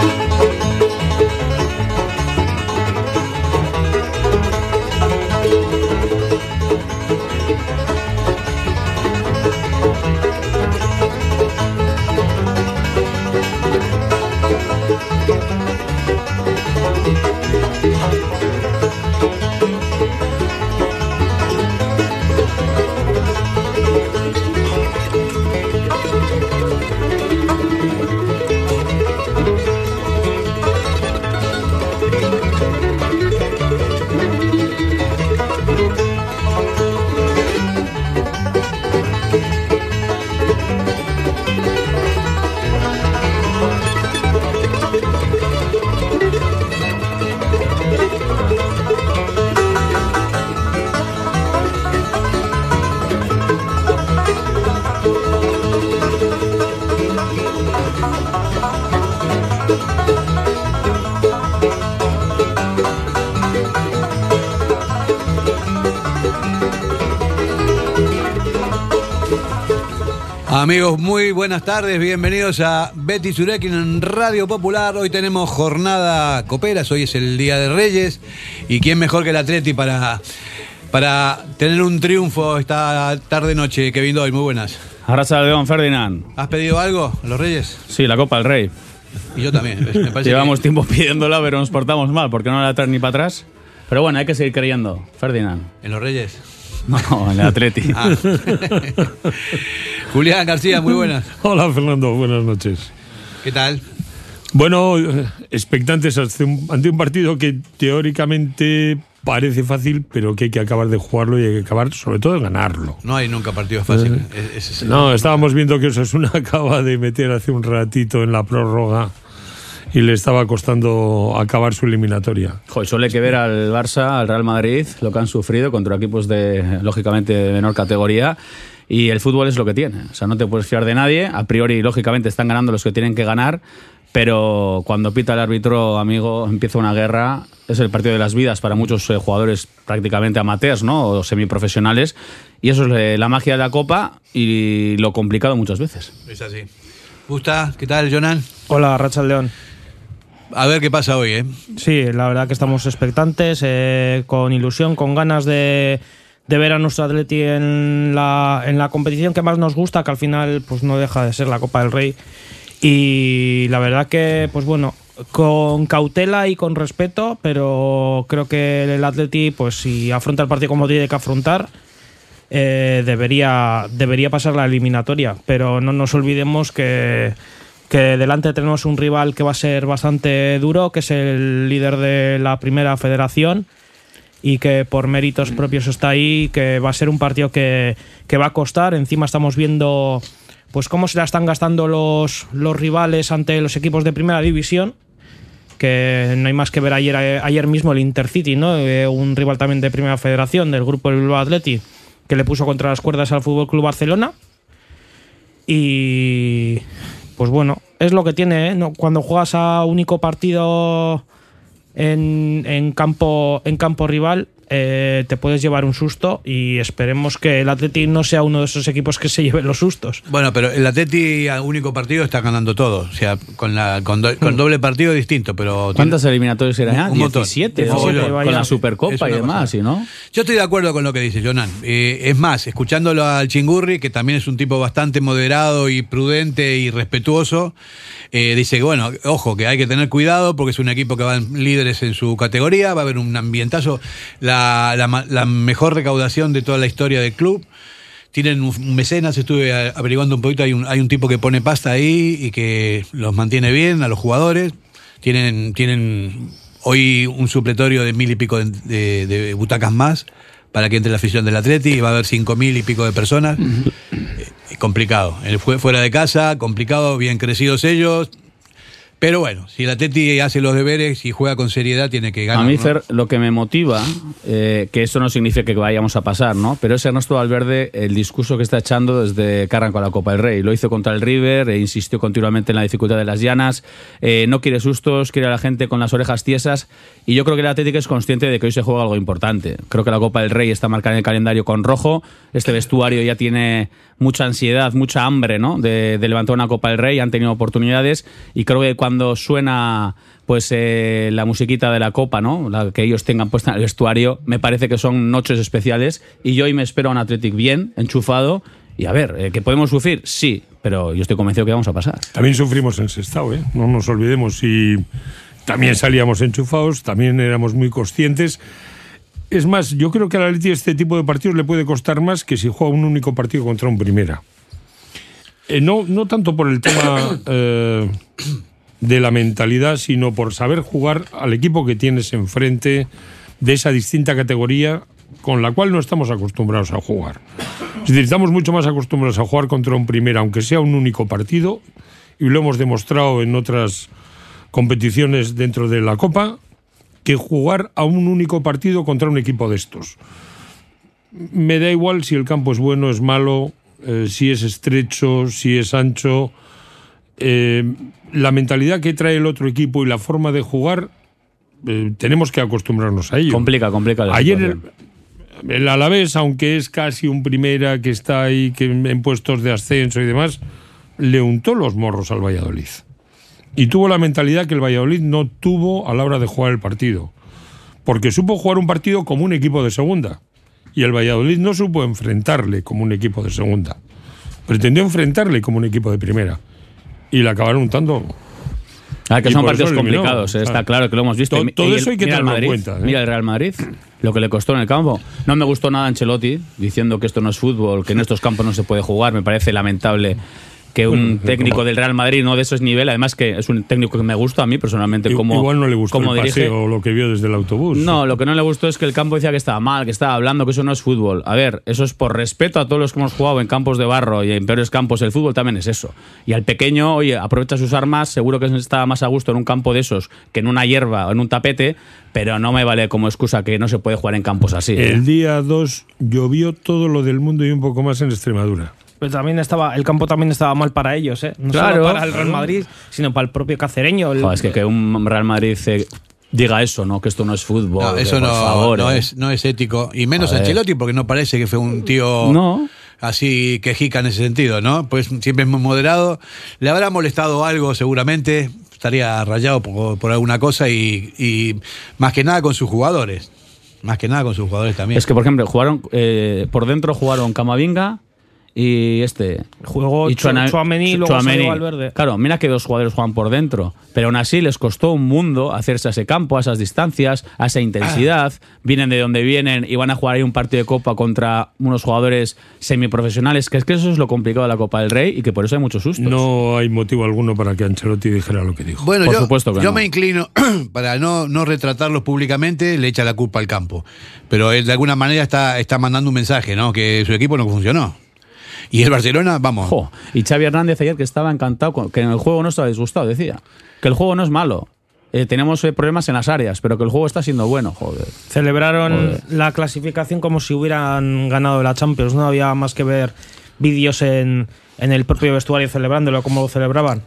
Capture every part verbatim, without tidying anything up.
Amigos, muy buenas tardes, bienvenidos a Betis Urekin en Radio Popular. Hoy tenemos jornada coperas, hoy es el Día de Reyes. Y quién mejor que el Atleti para, para tener un triunfo esta tarde-noche. Kevin Doyle, muy buenas. Arratsaldeon, Ferdinand. ¿Has pedido algo a los Reyes? Sí, la Copa del Rey. Y yo también. Me parece Llevamos que... tiempo pidiéndola, pero nos portamos mal, porque no la atrás ni para atrás. Pero bueno, hay que seguir creyendo, Ferdinand. ¿En los Reyes? No, en el Atleti. Ah. Julián García, muy buenas. Hola, Fernando, buenas noches. ¿Qué tal? Bueno, expectantes ante un, ante un partido que teóricamente parece fácil, pero que hay que acabar de jugarlo y hay que acabar, sobre todo, de ganarlo. No hay nunca partidos fáciles. Eh, es, es, es, no, estábamos viendo que Osasuna acaba de meter hace un ratito en la prórroga y le estaba costando acabar su eliminatoria. Joder, suele que ver al Barça, al Real Madrid, lo que han sufrido contra equipos de, lógicamente, de menor categoría. Y el fútbol es lo que tiene. O sea, no te puedes fiar de nadie. A priori, lógicamente, están ganando los que tienen que ganar. Pero cuando pita el árbitro, amigo, empieza una guerra. Es el partido de las vidas para muchos eh, jugadores prácticamente amateurs, ¿no? O semiprofesionales. Y eso es eh, la magia de la Copa y lo complicado muchas veces. Es así. Gusta, ¿qué tal, Jonan? Hola, Arratsaldeon. A ver qué pasa hoy, ¿eh? Sí, la verdad que estamos expectantes, eh, con ilusión, con ganas de, de ver a nuestro Atleti en la, en la competición que más nos gusta, que al final pues no deja de ser la Copa del Rey. Y la verdad que, pues bueno, con cautela y con respeto, pero creo que el Atleti, pues si afronta el partido como tiene que afrontar, eh, debería, debería pasar la eliminatoria. Pero no nos olvidemos que... que delante tenemos un rival que va a ser bastante duro, que es el líder de la primera federación y que por méritos propios está ahí, que va a ser un partido que, que va a costar. Encima estamos viendo pues cómo se la están gastando los, los rivales ante los equipos de primera división, que no hay más que ver ayer, ayer mismo el Intercity, ¿no? Eh, un rival también de primera federación del grupo del Bilbao Athletic, que le puso contra las cuerdas al F C Barcelona. Y... pues bueno, es lo que tiene, ¿eh? No, cuando juegas a único partido en, en, campo, en campo rival, eh, te puedes llevar un susto y esperemos que el Atleti no sea uno de esos equipos que se lleven los sustos. Bueno, pero el Atleti a único partido está ganando todo, o sea, con, la, con, do, con doble partido distinto, pero... ¿Cuántas tiene... eliminatorias eran? Un diecisiete, diecisiete, ¿no? Con la Supercopa y demás, ¿sí, no? Yo estoy de acuerdo con lo que dice Jonan. Eh, es más, escuchándolo al Chingurri, que también es un tipo bastante moderado y prudente y respetuoso, eh, dice que, bueno, ojo, que hay que tener cuidado porque es un equipo que van líderes en su categoría, va a haber un ambientazo... La La, la, la mejor recaudación de toda la historia del club. Tienen un mecenas, estuve averiguando un poquito, hay un, hay un tipo que pone pasta ahí y que los mantiene bien a los jugadores. Tienen, tienen hoy un supletorio de mil y pico de, de, de butacas más para que entre la afición del Atleti y va a haber cinco mil y pico de personas. Uh-huh. eh, complicado. El, fuera de casa, complicado, bien crecidos ellos. Pero bueno, si el Atleti hace los deberes y juega con seriedad, tiene que ganar. A mí, ¿no? Fer, lo que me motiva, eh, que eso no significa que vayamos a pasar, ¿no? Pero es Ernesto Valverde, el discurso que está echando desde que arrancó la Copa del Rey. Lo hizo contra el River, e insistió continuamente en la dificultad de las llanas, eh, no quiere sustos, quiere a la gente con las orejas tiesas, y yo creo que el Atlético es consciente de que hoy se juega algo importante. Creo que la Copa del Rey está marcada en el calendario con rojo, este vestuario ya tiene mucha ansiedad, mucha hambre, ¿no? De, de levantar una Copa del Rey, han tenido oportunidades, y creo que cuando suena pues eh, la musiquita de la Copa, ¿no? La que ellos tengan puesta en el vestuario, me parece que son noches especiales y yo hoy me espero a un Athletic bien, enchufado. Y a ver, eh, ¿que podemos sufrir? Sí, pero yo estoy convencido que vamos a pasar. También sufrimos en Sestao, ¿eh? No nos olvidemos. Y también salíamos enchufados, también éramos muy conscientes. Es más, yo creo que al Atleti este tipo de partidos le puede costar más que si juega un único partido contra un Primera. Eh, no, no tanto por el tema eh, de la mentalidad, sino por saber jugar al equipo que tienes enfrente de esa distinta categoría con la cual no estamos acostumbrados a jugar. Es decir, estamos mucho más acostumbrados a jugar contra un Primera, aunque sea un único partido, y lo hemos demostrado en otras competiciones dentro de la Copa, que jugar a un único partido contra un equipo de estos. Me da igual si el campo es bueno, es malo, eh, si es estrecho, si es ancho. Eh, la mentalidad que trae el otro equipo y la forma de jugar, eh, tenemos que acostumbrarnos a ello. Complica, complica la Ayer situación. el, el Alavés, aunque es casi un Primera que está ahí que en puestos de ascenso y demás, le untó los morros al Valladolid. Y tuvo la mentalidad que el Valladolid no tuvo a la hora de jugar el partido. Porque supo jugar un partido como un equipo de segunda. Y el Valladolid no supo enfrentarle como un equipo de segunda. Pretendió enfrentarle como un equipo de primera. Y le acabaron untando. Ah, que y son por partidos eso eliminó, complicados, eh, o sea, está claro que lo hemos visto. to- Y todo el- eso hay que mira el tenerlo en Madrid, cuenta, ¿eh? Mira el Real Madrid, lo que le costó en el campo. No me gustó nada Ancelotti, diciendo que esto no es fútbol, que en estos campos no se puede jugar. Me parece lamentable que un técnico del Real Madrid, no de esos niveles, además que es un técnico que me gusta a mí personalmente, como Igual no le gustó como el dirige. paseo o lo que vio desde el autobús. No, lo que no le gustó es que el campo decía que estaba mal, que estaba hablando, que eso no es fútbol. A ver, eso es por respeto a todos los que hemos jugado en campos de barro y en peores campos. El fútbol también es eso. Y al pequeño, oye, aprovecha sus armas, seguro que estaba más a gusto en un campo de esos que en una hierba o en un tapete, pero no me vale como excusa que no se puede jugar en campos así. ¿eh? El día dos llovió todo lo del mundo y un poco más en Extremadura. Pero también estaba, el campo también estaba mal para ellos, ¿eh? No Claro. solo para el Real Madrid, sino para el propio cacereño. El- Joder, es que, que un Real Madrid eh, diga eso, ¿no? Que esto no es fútbol. No, que eso por no, favor, no, eh. es, no es ético. Y menos A ver. Ancelotti, porque no parece que fue un tío No. así quejica en ese sentido, ¿no? Pues siempre es muy moderado. Le habrá molestado algo, seguramente. Estaría rayado por, por alguna cosa y, y más que nada con sus jugadores. Más que nada con sus jugadores también. Es que, por ejemplo, jugaron eh, por dentro jugaron Camavinga y este Jugó y Chua- Tchouaméni y luego Tchouaméni. salió Valverde. Claro, mira que dos jugadores juegan por dentro, pero aún así les costó un mundo hacerse a ese campo, a esas distancias, a esa intensidad. Vienen de donde vienen y van a jugar ahí un partido de Copa contra unos jugadores semiprofesionales, que es que eso es lo complicado de la Copa del Rey y que por eso hay muchos sustos. No hay motivo alguno para que Ancelotti dijera lo que dijo. Bueno, Por yo, supuesto que yo no. me inclino, para no, no retratarlos públicamente, le echa la culpa al campo. Pero él de alguna manera está, está mandando un mensaje, ¿no? Que su equipo no funcionó. Y el Barcelona, vamos. Jo, y Xavi Hernández ayer que estaba encantado, con- que en el juego no estaba disgustado, decía. Que el juego no es malo. Eh, tenemos eh, problemas en las áreas, pero que el juego está siendo bueno, joder. Celebraron Joder. la clasificación como si hubieran ganado la Champions. No había más que ver vídeos en, en el propio vestuario celebrándolo, como lo celebraban.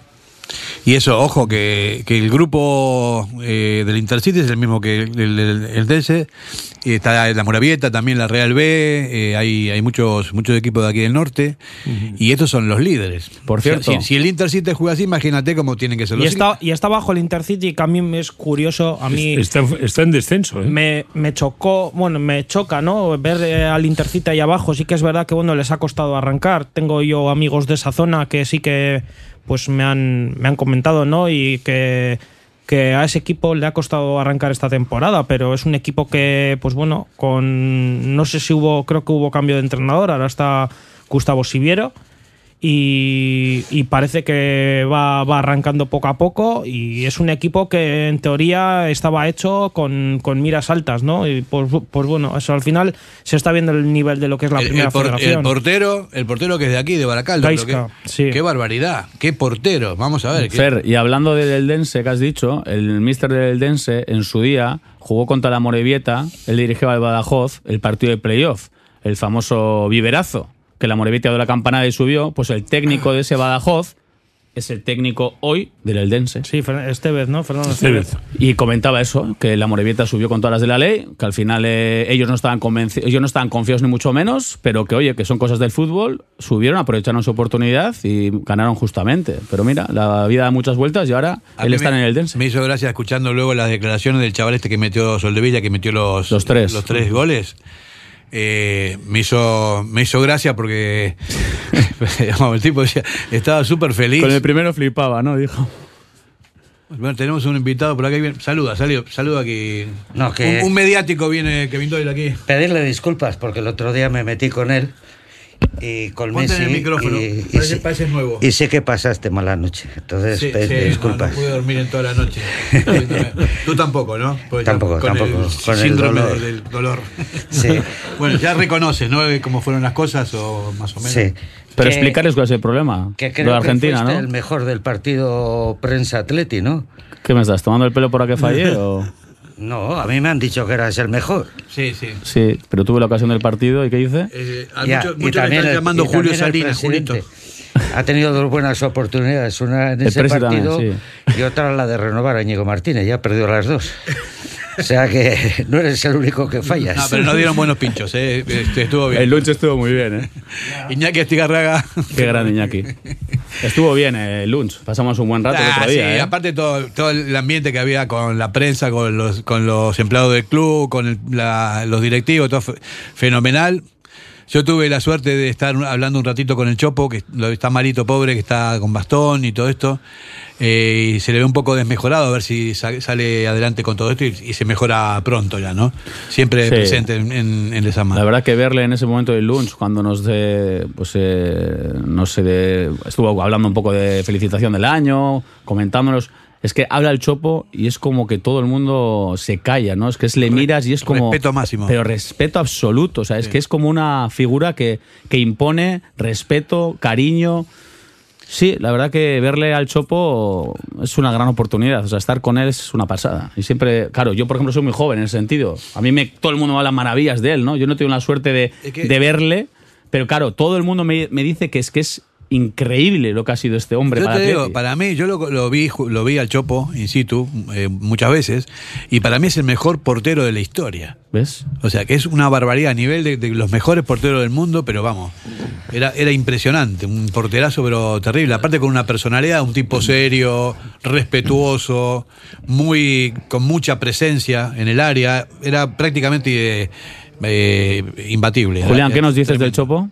Y eso, ojo, que, que el grupo eh, del Intercity es el mismo que el, el, el, el D S. Y está la Moravieta, también la Real B. Eh, hay hay muchos muchos equipos de aquí del norte. Uh-huh. Y estos son los líderes. Por cierto. O sea, si, si el Intercity juega así, imagínate cómo tienen que ser los Y está, y está bajo el Intercity, que a mí me es curioso. A mí Está, está en descenso, ¿eh? me, me chocó, bueno, me choca, ¿no? Ver eh, al Intercity ahí abajo. Sí que es verdad que, bueno, les ha costado arrancar. Tengo yo amigos de esa zona que sí que pues me han, me han comentado, ¿no? Y que, que a ese equipo le ha costado arrancar esta temporada, pero es un equipo que, pues bueno, con no sé si hubo, creo que hubo cambio de entrenador, ahora está Gustavo Siviero. Y, y parece que va, va arrancando poco a poco y es un equipo que en teoría estaba hecho con, con miras altas, ¿no? Y pues, pues bueno, eso al final se está viendo el nivel de lo que es la el, primera el, por, federación. el portero, el portero que es de aquí, de Baracaldo. Gaisca, qué, sí. qué barbaridad, qué portero. Vamos a ver. Fer, y hablando del Eldense que has dicho, el míster del Eldense en su día jugó contra la Morevieta, él dirigió al Badajoz el partido de playoff, el famoso viverazo, que la Morevieta dio la campanada y subió, pues el técnico de ese Badajoz es el técnico hoy del Eldense. Sí, Estevez, ¿no? Fernando Estevez. Y comentaba eso, que la Amorebieta subió con todas las de la ley, que al final eh, ellos no estaban convenci- ellos no estaban confiados ni mucho menos, pero que oye, que son cosas del fútbol, subieron, aprovecharon su oportunidad y ganaron justamente. Pero mira, la vida da muchas vueltas y ahora A él mí está me, en el Eldense. Me hizo gracia escuchando luego las declaraciones del chaval este que metió Soldevilla, que metió los, Los tres. los tres goles. Eh, me hizo me hizo gracia porque digamos, el tipo decía, estaba súper feliz. Con el primero flipaba, ¿no? Dijo. Bueno, tenemos un invitado por acá. Viene. Saluda, saluda, saluda aquí. No, que- un, un mediático viene, Kevin Doyle aquí. Pedirle disculpas porque el otro día me metí con él y con Ponte Messi en el micrófono, y, y parece- sé- parece nuevo. y sé que pasaste mala noche, entonces Sí, pedirle sí, disculpas. No, no pude dormir en toda la noche. Tú tampoco, ¿no? Porque Tampoco, con tampoco, El con el síndrome dolor. del dolor. Sí. Bueno, ya reconoces, ¿no? Cómo fueron las cosas o más o menos. Sí. Pero Que- explicarles cuál es el problema. Que Lo creo de Argentina, que fuiste ¿no? el mejor del partido Prensa Atleti, ¿no? ¿Qué me estás tomando el pelo por a que fallé? o? No, a mí me han dicho que eras el mejor. Sí, sí. Sí, pero tuve la ocasión del partido y ¿qué hice? Eh, a Ya, muchos y muchos le también están el- llamando y Julio también el Salinas, Julito. presidente. Ha tenido dos buenas oportunidades, una en El ese Presi partido también, y otra la de renovar a Íñigo Martínez, ya ha perdido las dos. O sea que no eres el único que fallas. No, pero no dieron buenos pinchos, ¿eh? Este, estuvo bien. El lunch estuvo muy bien, ¿eh? Iñaki Estigarraga. Qué gran Iñaki. Estuvo bien el lunch. Pasamos un buen rato el Ah, otro día, sí, ¿eh? aparte todo, todo el ambiente que había con la prensa, con los, con los empleados del club, con el- la- los directivos, todo fe- fenomenal. Yo tuve la suerte de estar hablando un ratito con el Chopo, que lo- está malito, pobre, que está con bastón y todo esto, eh, y se le ve un poco desmejorado, a ver si sa- sale adelante con todo esto y, y se mejora pronto ya, ¿no? Siempre Sí. presente en, en, en Lezama. La verdad que verle en ese momento del lunch, cuando nos de, pues eh, no sé, de, estuvo hablando un poco de felicitación del año, comentándonos, es que habla el Chopo y es como que todo el mundo se calla, ¿no? Es que es, le miras y es como... Respeto máximo. Pero respeto absoluto, o sea, es que es como una figura que, que impone respeto, cariño. Sí, la verdad que verle al Chopo es una gran oportunidad. O sea, estar con él es una pasada. Y siempre, claro, yo por ejemplo soy muy joven en ese sentido. A mí me, todo el mundo me habla maravillas de él, ¿no? Yo no tengo la suerte de, Es que- de verle, pero claro, todo el mundo me, me dice que es que es increíble lo que ha sido este hombre. Yo para te Atleti. digo, para mí, yo lo, lo vi ju- lo vi al Chopo in situ eh, muchas veces, y para mí es el mejor portero de la historia. ¿Ves? O sea, que es una barbaridad a nivel de, de los mejores porteros del mundo, pero vamos, era, era impresionante, un porterazo pero terrible, aparte con una personalidad, un tipo serio, respetuoso, muy con mucha presencia en el área, era prácticamente eh, eh, imbatible. Julián, Era- ¿qué nos dices tremendo. del Chopo?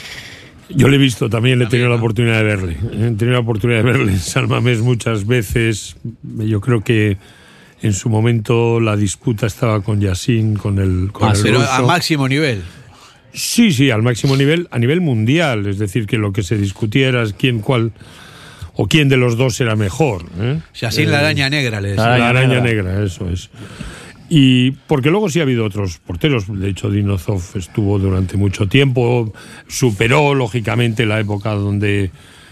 Yo le he visto, también he tenido la oportunidad de verle. He tenido la oportunidad de verle en San Mamés muchas veces. Yo creo que en su momento la disputa estaba con Yassin, con el, con Ah, el Pero ruso. a máximo nivel. Sí, sí, al máximo nivel, a nivel mundial. Es decir, que lo que se discutía era quién, cuál o quién de los dos era mejor. ¿eh? Yacine la araña negra, le decía. Araña La araña negra. negra, eso es. Y porque luego sí ha habido otros porteros, de hecho Dinozov estuvo durante mucho tiempo, superó lógicamente la época donde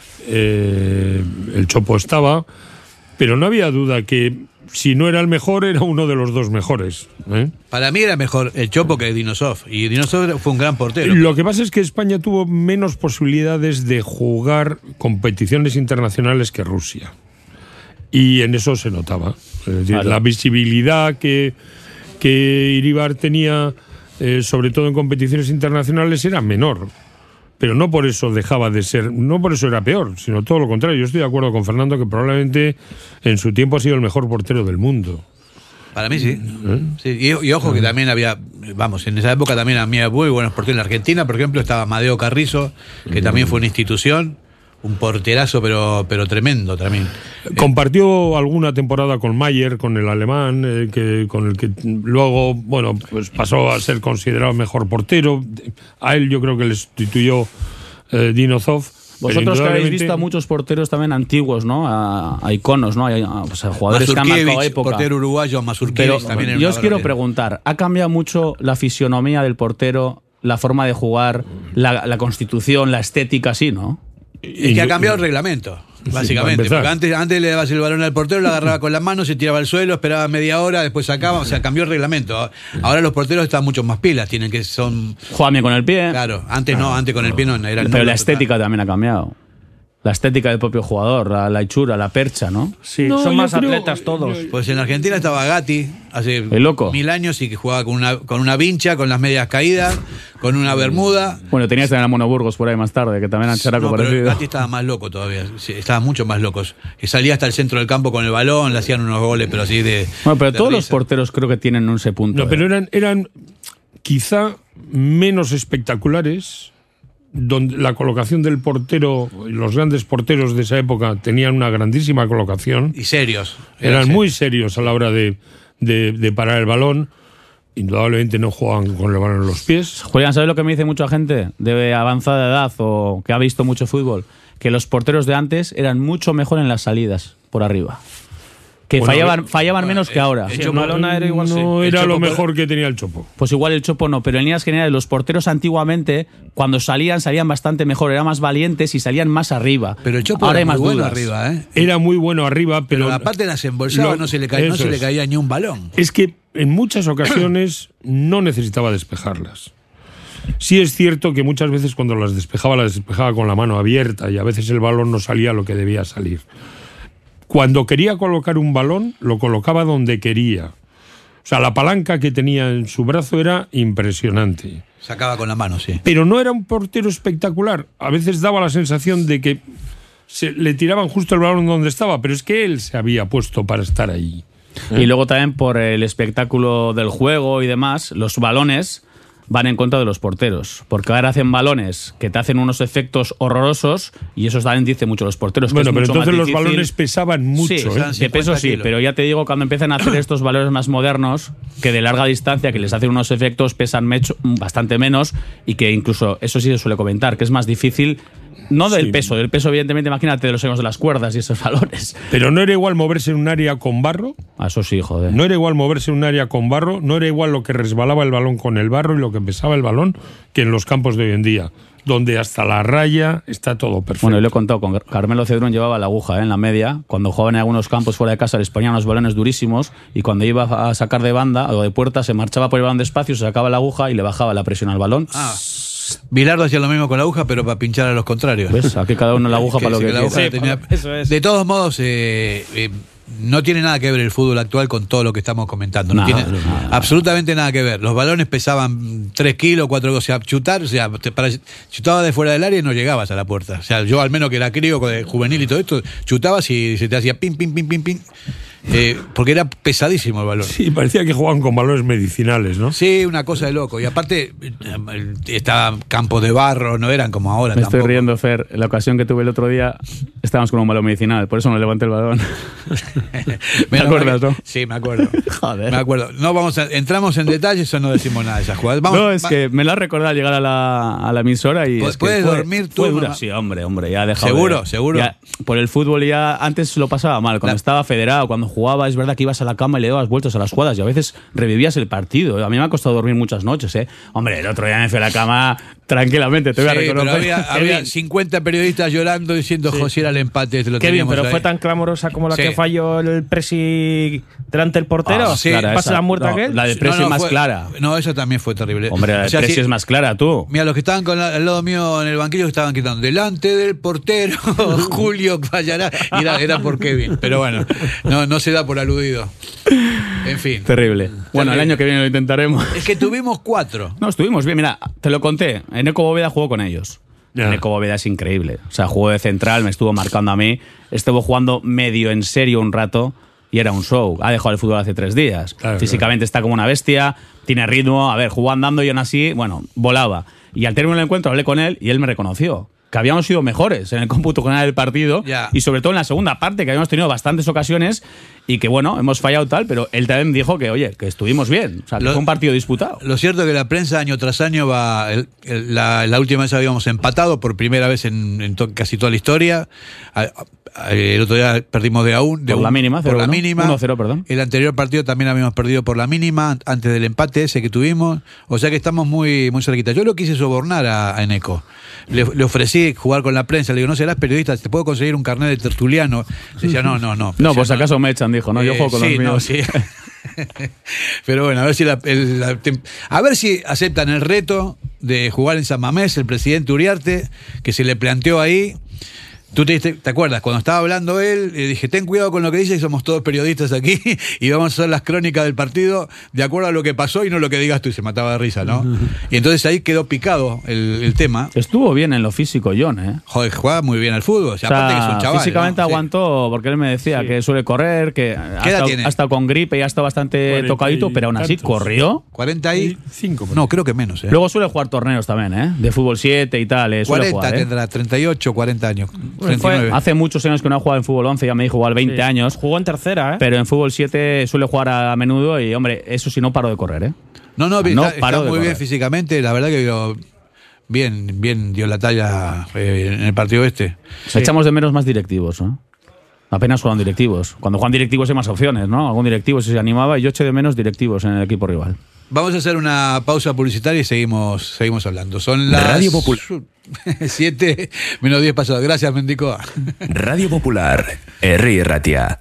eh, el Chopo estaba, pero no había duda que si no era el mejor era uno de los dos mejores. ¿eh? Para mí era mejor el Chopo que Dinosov, y Dinosov fue un gran portero. Lo que pasa es que España tuvo menos posibilidades de jugar competiciones internacionales que Rusia. Y en eso se notaba. Es decir, Claro. la visibilidad que, que Iribar tenía, eh, sobre todo en competiciones internacionales, era menor. Pero no por eso dejaba de ser, no por eso era peor, sino todo lo contrario. Yo estoy de acuerdo con Fernando que probablemente en su tiempo ha sido el mejor portero del mundo. Para mí sí. ¿Eh? Sí, y, y ojo que también había, vamos, en esa época también había muy buenos porteros. En Argentina, por ejemplo, estaba Amadeo Carrizo, que también fue una institución, un porterazo, pero, pero tremendo también. Compartió alguna temporada con Mayer, con el alemán, eh, que, con el que luego, bueno, pues pasó a ser considerado mejor portero. A él yo creo que le sustituyó eh, Dinozov. pero Vosotros que habéis indudablemente- visto a muchos porteros también antiguos, ¿no? A, a iconos, ¿no? A, a- pues a jugadores que han marcado Mazurkiewicz, época. portero uruguayo, Pero Mazurkiewicz también era yo una os quiero barbaridad. preguntar, ¿ha cambiado mucho la fisionomía del portero, la forma de jugar, la, la constitución, la estética, sí, ¿no? Es que ha cambiado el reglamento, básicamente. empezar. Porque antes, antes le dabas el balón al portero, lo agarraba con las manos, se tiraba al suelo, esperaba media hora, después sacaba. O sea, cambió el reglamento. Ahora los porteros están mucho más pilas, tienen que son. Juega bien con el pie, Claro, antes no, antes con el pie no era el pero nulo la total. estética también ha cambiado. La estética del propio jugador, la, la hechura, la percha, ¿no? Sí, No, son yo más creo- atletas todos. Pues en Argentina estaba Gatti hace El loco. mil años y que jugaba con una, con una vincha, con las medias caídas, con una bermuda. Bueno, tenías también a Mono Burgos por ahí más tarde, que también era characo No, pero parecido. Gatti estaba más loco todavía, sí, estaba mucho más locos. Que salía hasta el centro del campo con el balón, le hacían unos goles, pero así de. Bueno, pero de todos los risa. porteros creo que tienen ese punto. No, pero ¿eh? eran, eran quizá menos espectaculares, donde la colocación del portero, los grandes porteros de esa época tenían una grandísima colocación, Y serios. eran serios. muy serios a la hora de, de, de parar el balón, indudablemente no jugaban con el balón en los pies. Julián, ¿sabes lo que me dice mucha gente de avanzada edad o que ha visto mucho fútbol? Que los porteros de antes eran mucho mejor en las salidas por arriba. Que Bueno, fallaban, a ver, fallaban menos que ahora. el Sí, el Chopo- balón aéreo igual sí. No El era Chopo lo por- mejor que tenía el Chopo. Pues igual el Chopo no, pero en líneas generales los porteros antiguamente, cuando salían, salían bastante mejor, eran más valientes y salían más arriba. Pero el Chopo ahora era hay muy más bueno dudas. arriba, ¿eh? Era muy bueno arriba, pero, Pero la parte las embolsaba, lo- no se le caía, no eso se le es. caía ni un balón. Es que en muchas ocasiones no necesitaba despejarlas. Sí es cierto que muchas veces cuando las despejaba, las despejaba con la mano abierta y a veces el balón no salía lo que debía salir. Cuando quería colocar un balón, lo colocaba donde quería. O sea, la palanca que tenía en su brazo era impresionante. Sacaba con la mano, sí. Pero no era un portero espectacular. A veces daba la sensación de que se, le tiraban justo el balón donde estaba, pero es que él se había puesto para estar ahí. Y luego también por el espectáculo del juego y demás, los balones van en contra de los porteros. Porque ahora hacen balones que te hacen unos efectos horrorosos y eso también dice mucho los porteros. que Bueno, es pero mucho más entonces los difícil. balones pesaban mucho. Sí, ¿eh? de peso sí, kilos. pero ya te digo, cuando empiezan a hacer estos valores más modernos, que de larga distancia, que les hacen unos efectos, pesan mecho- bastante menos y que incluso, eso sí se suele comentar, que es más difícil, no del Sí. peso, del peso evidentemente, imagínate de los años de las cuerdas y esos valores. Pero no era igual moverse en un área con barro, Ah, eso sí, joder. no era igual moverse en un área con barro, no era igual lo que resbalaba el balón con el barro y lo que pesaba el balón que en los campos de hoy en día, donde hasta la raya está todo perfecto. Bueno, y lo he contado, con Carmelo Cedrón llevaba la aguja ¿eh? en la media. Cuando jugaban en algunos campos fuera de casa les ponían los balones durísimos y cuando iba a sacar de banda o de puerta se marchaba por el balón despacio, se sacaba la aguja y le bajaba la presión al balón. Ah, Bilardo hacía lo mismo con la aguja, pero para pinchar a los contrarios. ¿Ves? Aquí cada uno la aguja Que para lo sí, que que la quiera. aguja Sí, tenía- para- eso es. De todos modos, eh, eh, no tiene nada que ver el fútbol actual con todo lo que estamos comentando. No Nada, tiene nada. absolutamente nada que ver. Los balones pesaban tres kilos, cuatro kilos. O sea, chutar, o sea, te- para, chutabas de fuera del área y no llegabas a la puerta. O sea, yo al menos que era crío, de juvenil y todo esto, chutabas y se te hacía pim, pim, pim, pim, pim. Eh, porque era pesadísimo el balón. Sí, parecía que jugaban con balones medicinales, ¿no? Sí, una cosa de loco. Y aparte, eh, estaban campos de barro, no eran como ahora Me tampoco. estoy riendo, Fer. En la ocasión que tuve el otro día, estábamos con un balón medicinal, por eso no levanté el balón. ¿Te Menos acuerdas, mal no? que- Sí, me acuerdo. Joder. Me acuerdo. No vamos a, entramos en detalles o no decimos nada de esas jugadas. Vamos, no, es va- que me lo has recordado al llegar a la, a la emisora y. ¿Pu- es que puedes fue- dormir tú, fue dura. mamá? Sí, hombre, hombre, ya ha dejado. Seguro, de- seguro. ya- por el fútbol ya antes lo pasaba mal. Cuando La- estaba federado, cuando jugaba, es verdad que ibas a la cama y le dabas vueltas a las jugadas y a veces revivías el partido. A mí me ha costado dormir muchas noches, ¿eh? Hombre, el otro día me fui a la cama tranquilamente, te voy a Sí, pero reconocer. había, Qué había bien. cincuenta periodistas llorando diciendo José era el empate. Te lo Qué bien, teníamos pero ahí. fue tan clamorosa como la Sí. que falló el Presi delante del portero. Ah, sí, clara, Pasa esa. la muerta No, aquel. La de No, Presi no, es más fue- clara. No, esa también fue terrible. Hombre, la de O sea, Presi sí, es más clara, tú. Mira, los que estaban con la- al lado mío en el banquillo estaban gritando delante del portero Julio fallará. Y era, era por Kevin. Pero bueno, no, no se da por aludido. En fin. Terrible. Bueno, el Terrible. año que viene lo intentaremos. Es que tuvimos cuatro. No, estuvimos bien. Mira, te lo conté. En Eco Bóveda jugó con ellos. Ya. En Eco Bóveda es increíble. O sea, jugó de central, me estuvo marcando a mí. Estuvo jugando medio en serio un rato y era un show. Ha dejado el fútbol hace tres días. Claro, Físicamente está como una bestia, tiene ritmo. A ver, jugó andando y aún así, bueno, volaba. Y al término del encuentro hablé con él y él me reconoció que habíamos sido mejores en el cómputo general del partido Ya. y sobre todo en la segunda parte, que habíamos tenido bastantes ocasiones y que, bueno, hemos fallado tal, pero él también dijo que, oye, que estuvimos bien. O sea, que Lo- fue un partido disputado. Lo cierto es que la prensa año tras año va. el- el- la, la última vez habíamos empatado por primera vez en, en to- casi toda la historia. A- a- el otro día perdimos de a un. De Por la un- mínima, por cero la uno. mínima. uno cero, perdón. El anterior partido también habíamos perdido por la mínima an- antes del empate ese que tuvimos. O sea que estamos muy, muy cerquita. Yo lo quise sobornar a, a Eneco. Le, le ofrecí jugar con la prensa. Le digo, no serás periodista, te puedo conseguir un carnet de tertuliano. Decía, no, no, no. No, Decía, por si acaso me echan, dijo, no, yo Eh, juego con sí, los no, míos. sí. Pero bueno, a ver si la- el- la tem- a ver si aceptan el reto de jugar en San Mamés, el presidente Uriarte, que se le planteó ahí. Tú te, te, te acuerdas, cuando estaba hablando él, eh, dije, ten cuidado con lo que dice, somos todos periodistas aquí y vamos a hacer las crónicas del partido de acuerdo a lo que pasó y no lo que digas tú, y se mataba de risa, ¿no? Y entonces ahí quedó picado el, el tema. Estuvo bien en lo físico, John, ¿eh? Joder, juega muy bien al fútbol. O sea, o sea, aparte que es un chaval, físicamente ¿no? aguantó, porque él me decía Sí. que suele correr, que ha ¿Qué edad estado, tiene? ha estado con gripe y ha estado bastante Cuarenta tocadito, y pero aún así tantos. corrió. cuarenta y cinco. No, creo que menos, ¿eh? Luego suele jugar torneos también, ¿eh? De fútbol siete y tal, eh, suele cuarenta jugar, ¿eh? tendrá, treinta y ocho, cuarenta años. fue- treinta y nueve. Hace muchos años que no ha jugado en fútbol once, ya me dijo igual veinte Sí. años, Jugó en tercera, ¿eh? pero en fútbol siete suele jugar a menudo y, hombre, eso sí, no paró de correr, ¿eh? No, no, No está, paró está de muy bien correr. físicamente, la verdad que dio- bien, bien dio la talla eh, en el partido este. Sí. Echamos de menos más directivos, ¿no? Apenas juegan directivos. Cuando juegan directivos hay más opciones, ¿no? Algún directivo se animaba y yo eché de menos directivos en el equipo rival. Vamos a hacer una pausa publicitaria y seguimos, seguimos hablando. Son las Radio Popular. siete menos diez pasadas. Gracias, Mendicoa. Radio Popular, Herri Ratia.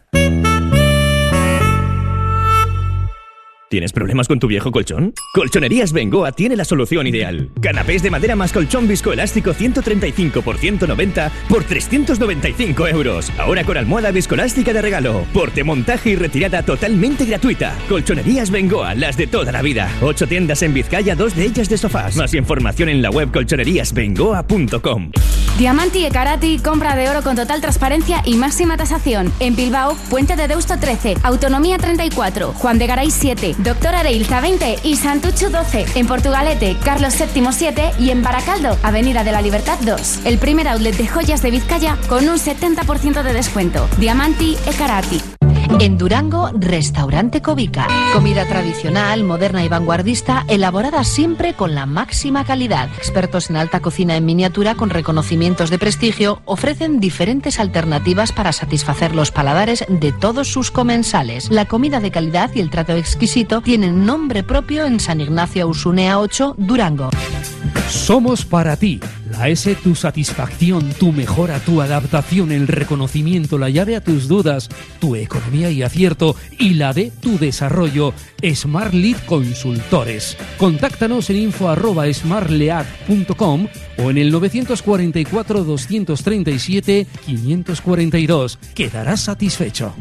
¿Tienes problemas con tu viejo colchón? Colchonerías Bengoa tiene la solución ideal. Canapés de madera más colchón viscoelástico ciento treinta y cinco por ciento noventa por trescientos noventa y cinco euros. Ahora con almohada viscoelástica de regalo. Porte, montaje y retirada totalmente gratuita. Colchonerías Bengoa, las de toda la vida. Ocho tiendas en Vizcaya, dos de ellas de sofás. Más información en la web colchonerías bengoa punto com. Diamanti e Karati, compra de oro con total transparencia y máxima tasación. En Bilbao, Puente de Deusto trece, Autonomía treinta y cuatro, Juan de Garay siete, Doctor Areilza veinte y Santucho doce. En Portugalete, Carlos séptimo siete y en Baracaldo, Avenida de la Libertad dos. El primer outlet de joyas de Vizcaya con un setenta por ciento de descuento. Diamanti e Karati. En Durango, Restaurante Covica. Comida tradicional, moderna y vanguardista, elaborada siempre con la máxima calidad. Expertos en alta cocina en miniatura con reconocimientos de prestigio ofrecen diferentes alternativas para satisfacer los paladares de todos sus comensales. La comida de calidad y el trato exquisito tienen nombre propio en San Ignacio Ausunea ocho, Durango. Somos para ti. La S, tu satisfacción, tu mejora, tu adaptación, el reconocimiento, la llave a tus dudas, tu economía y acierto y la de tu desarrollo. Smart Lead Consultores. Contáctanos en info arroba smartlead punto com o en el novecientos cuarenta y cuatro, doscientos treinta y siete, quinientos cuarenta y dos. Quedarás satisfecho.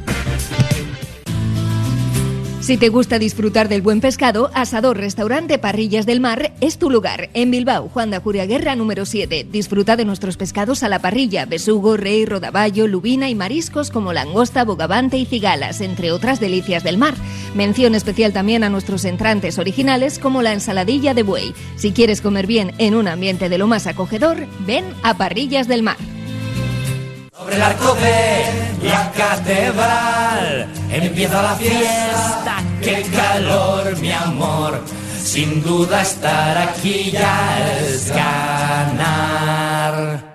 Si te gusta disfrutar del buen pescado, Asador Restaurante Parrillas del Mar es tu lugar. En Bilbao, Juan de Ajuria Guerra número siete. Disfruta de nuestros pescados a la parrilla, besugo, rey, rodaballo, lubina y mariscos como langosta, bogavante y cigalas, entre otras delicias del mar. Mención especial también a nuestros entrantes originales como la ensaladilla de buey. Si quieres comer bien en un ambiente de lo más acogedor, ven a Parrillas del Mar. Sobre el arco de la catedral empieza la fiesta, qué calor, mi amor. Sin duda estar aquí ya es ganar.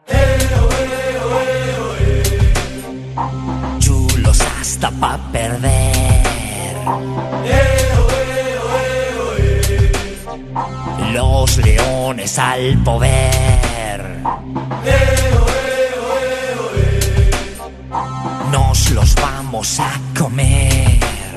Chulos hasta pa' perder. Los leones al poder. Nos los vamos a comer.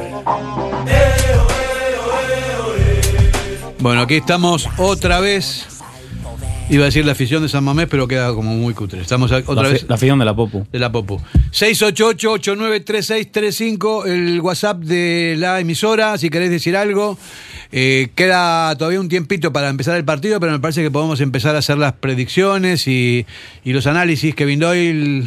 Bueno, aquí estamos otra vez. Iba a decir la afición de San Mamés, pero queda como muy cutre. Estamos otra La, vez. la afición de la Popu. De la Popu. seis ocho ocho, ocho nueve tres seis tres cinco, el WhatsApp de la emisora, si querés decir algo. Eh, queda todavía un tiempito para empezar el partido, pero me parece que podemos empezar a hacer las predicciones y, y los análisis. Kevin Doyle.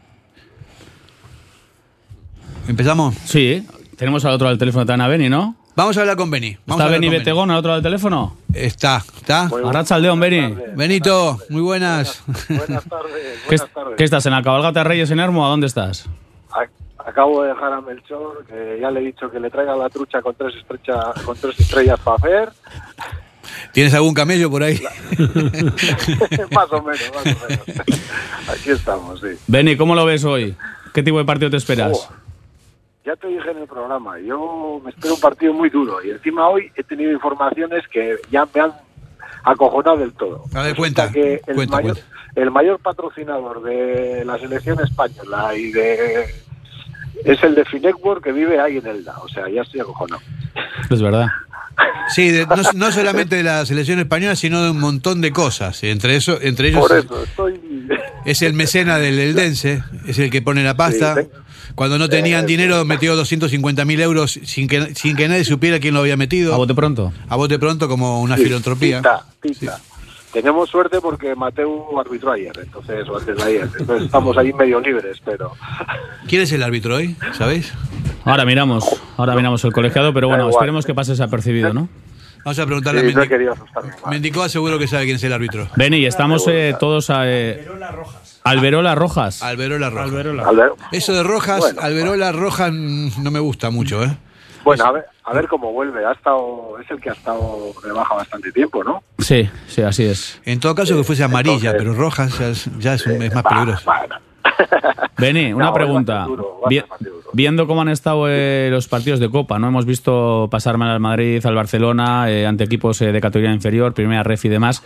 ¿Empezamos? Sí, tenemos al otro del teléfono de Ana Beni, ¿no? Vamos a hablar con Beni. Vamos ¿Está a hablar Beni con Betegón al otro del teléfono? Está, está. Arratsaldeon, Beni. Benito, muy buenas. Buenas, buenas tardes. ¿Qué, Buenas tardes. ¿Qué estás, en la cabalgata de Reyes en Hermo? ¿A dónde estás? Acabo de dejar a Melchor, que ya le he dicho que le traiga la trucha con tres, estrecha, con tres estrellas para hacer. ¿Tienes algún camello por ahí? Más o menos, más o menos. Aquí estamos, sí. Beni, ¿cómo lo ves hoy? ¿Qué tipo de partido te esperas? Oh, ya te dije en el programa, yo me espero un partido muy duro y encima hoy he tenido informaciones que ya me han acojonado del todo. A ver, Resulta cuenta, que el, cuenta, mayor, cuenta. el mayor patrocinador de la selección española y de es el de Finetwork, que vive ahí en Elda. O sea, ya estoy acojonado. Es verdad. Sí, de, no, no solamente de la selección española, sino de un montón de cosas. Entre eso, entre ellos. Por eso, estoy Es el mecena del Eldense, es el que pone la pasta. Sí, Cuando no tenían eh, dinero, metió doscientos cincuenta mil euros sin que, sin que nadie supiera quién lo había metido. A bote pronto. A bote pronto, como una Sí, filantropía. tita, tita. Sí. Tenemos suerte porque Mateu arbitró ayer, entonces, o antes de ayer. Entonces estamos ahí medio libres, pero... ¿Quién es el árbitro hoy? ¿Sabéis? Ahora miramos, ahora miramos el colegiado, pero bueno, esperemos que pase desapercibido, ¿no? Vamos a preguntarle Sí, a no he Mendic querido asustarme más. Mendicoa, seguro que sabe quién es el árbitro. Beni, estamos eh, todos a... Eh, Alberola Rojas. Alberola Rojas. Alberola Rojas. Alberola. Albero- Eso de Rojas, Bueno, Alberola Rojas, mm, no me gusta mucho, ¿eh? Bueno, a ver, a ver cómo vuelve. Ha estado, es el que ha estado de baja bastante tiempo, ¿no? Sí, sí, así es. En todo caso que fuese amarilla, Entonces- pero Rojas ya es, ya es, un- es más Va, peligroso. bueno. Beni, una No, pregunta. va a ser duro, va a Vi- ser partido duro. viendo cómo han estado eh, los partidos de Copa, ¿no? Hemos visto pasar mal al Madrid, al Barcelona, eh, ante equipos eh, de categoría inferior, primera ref y demás.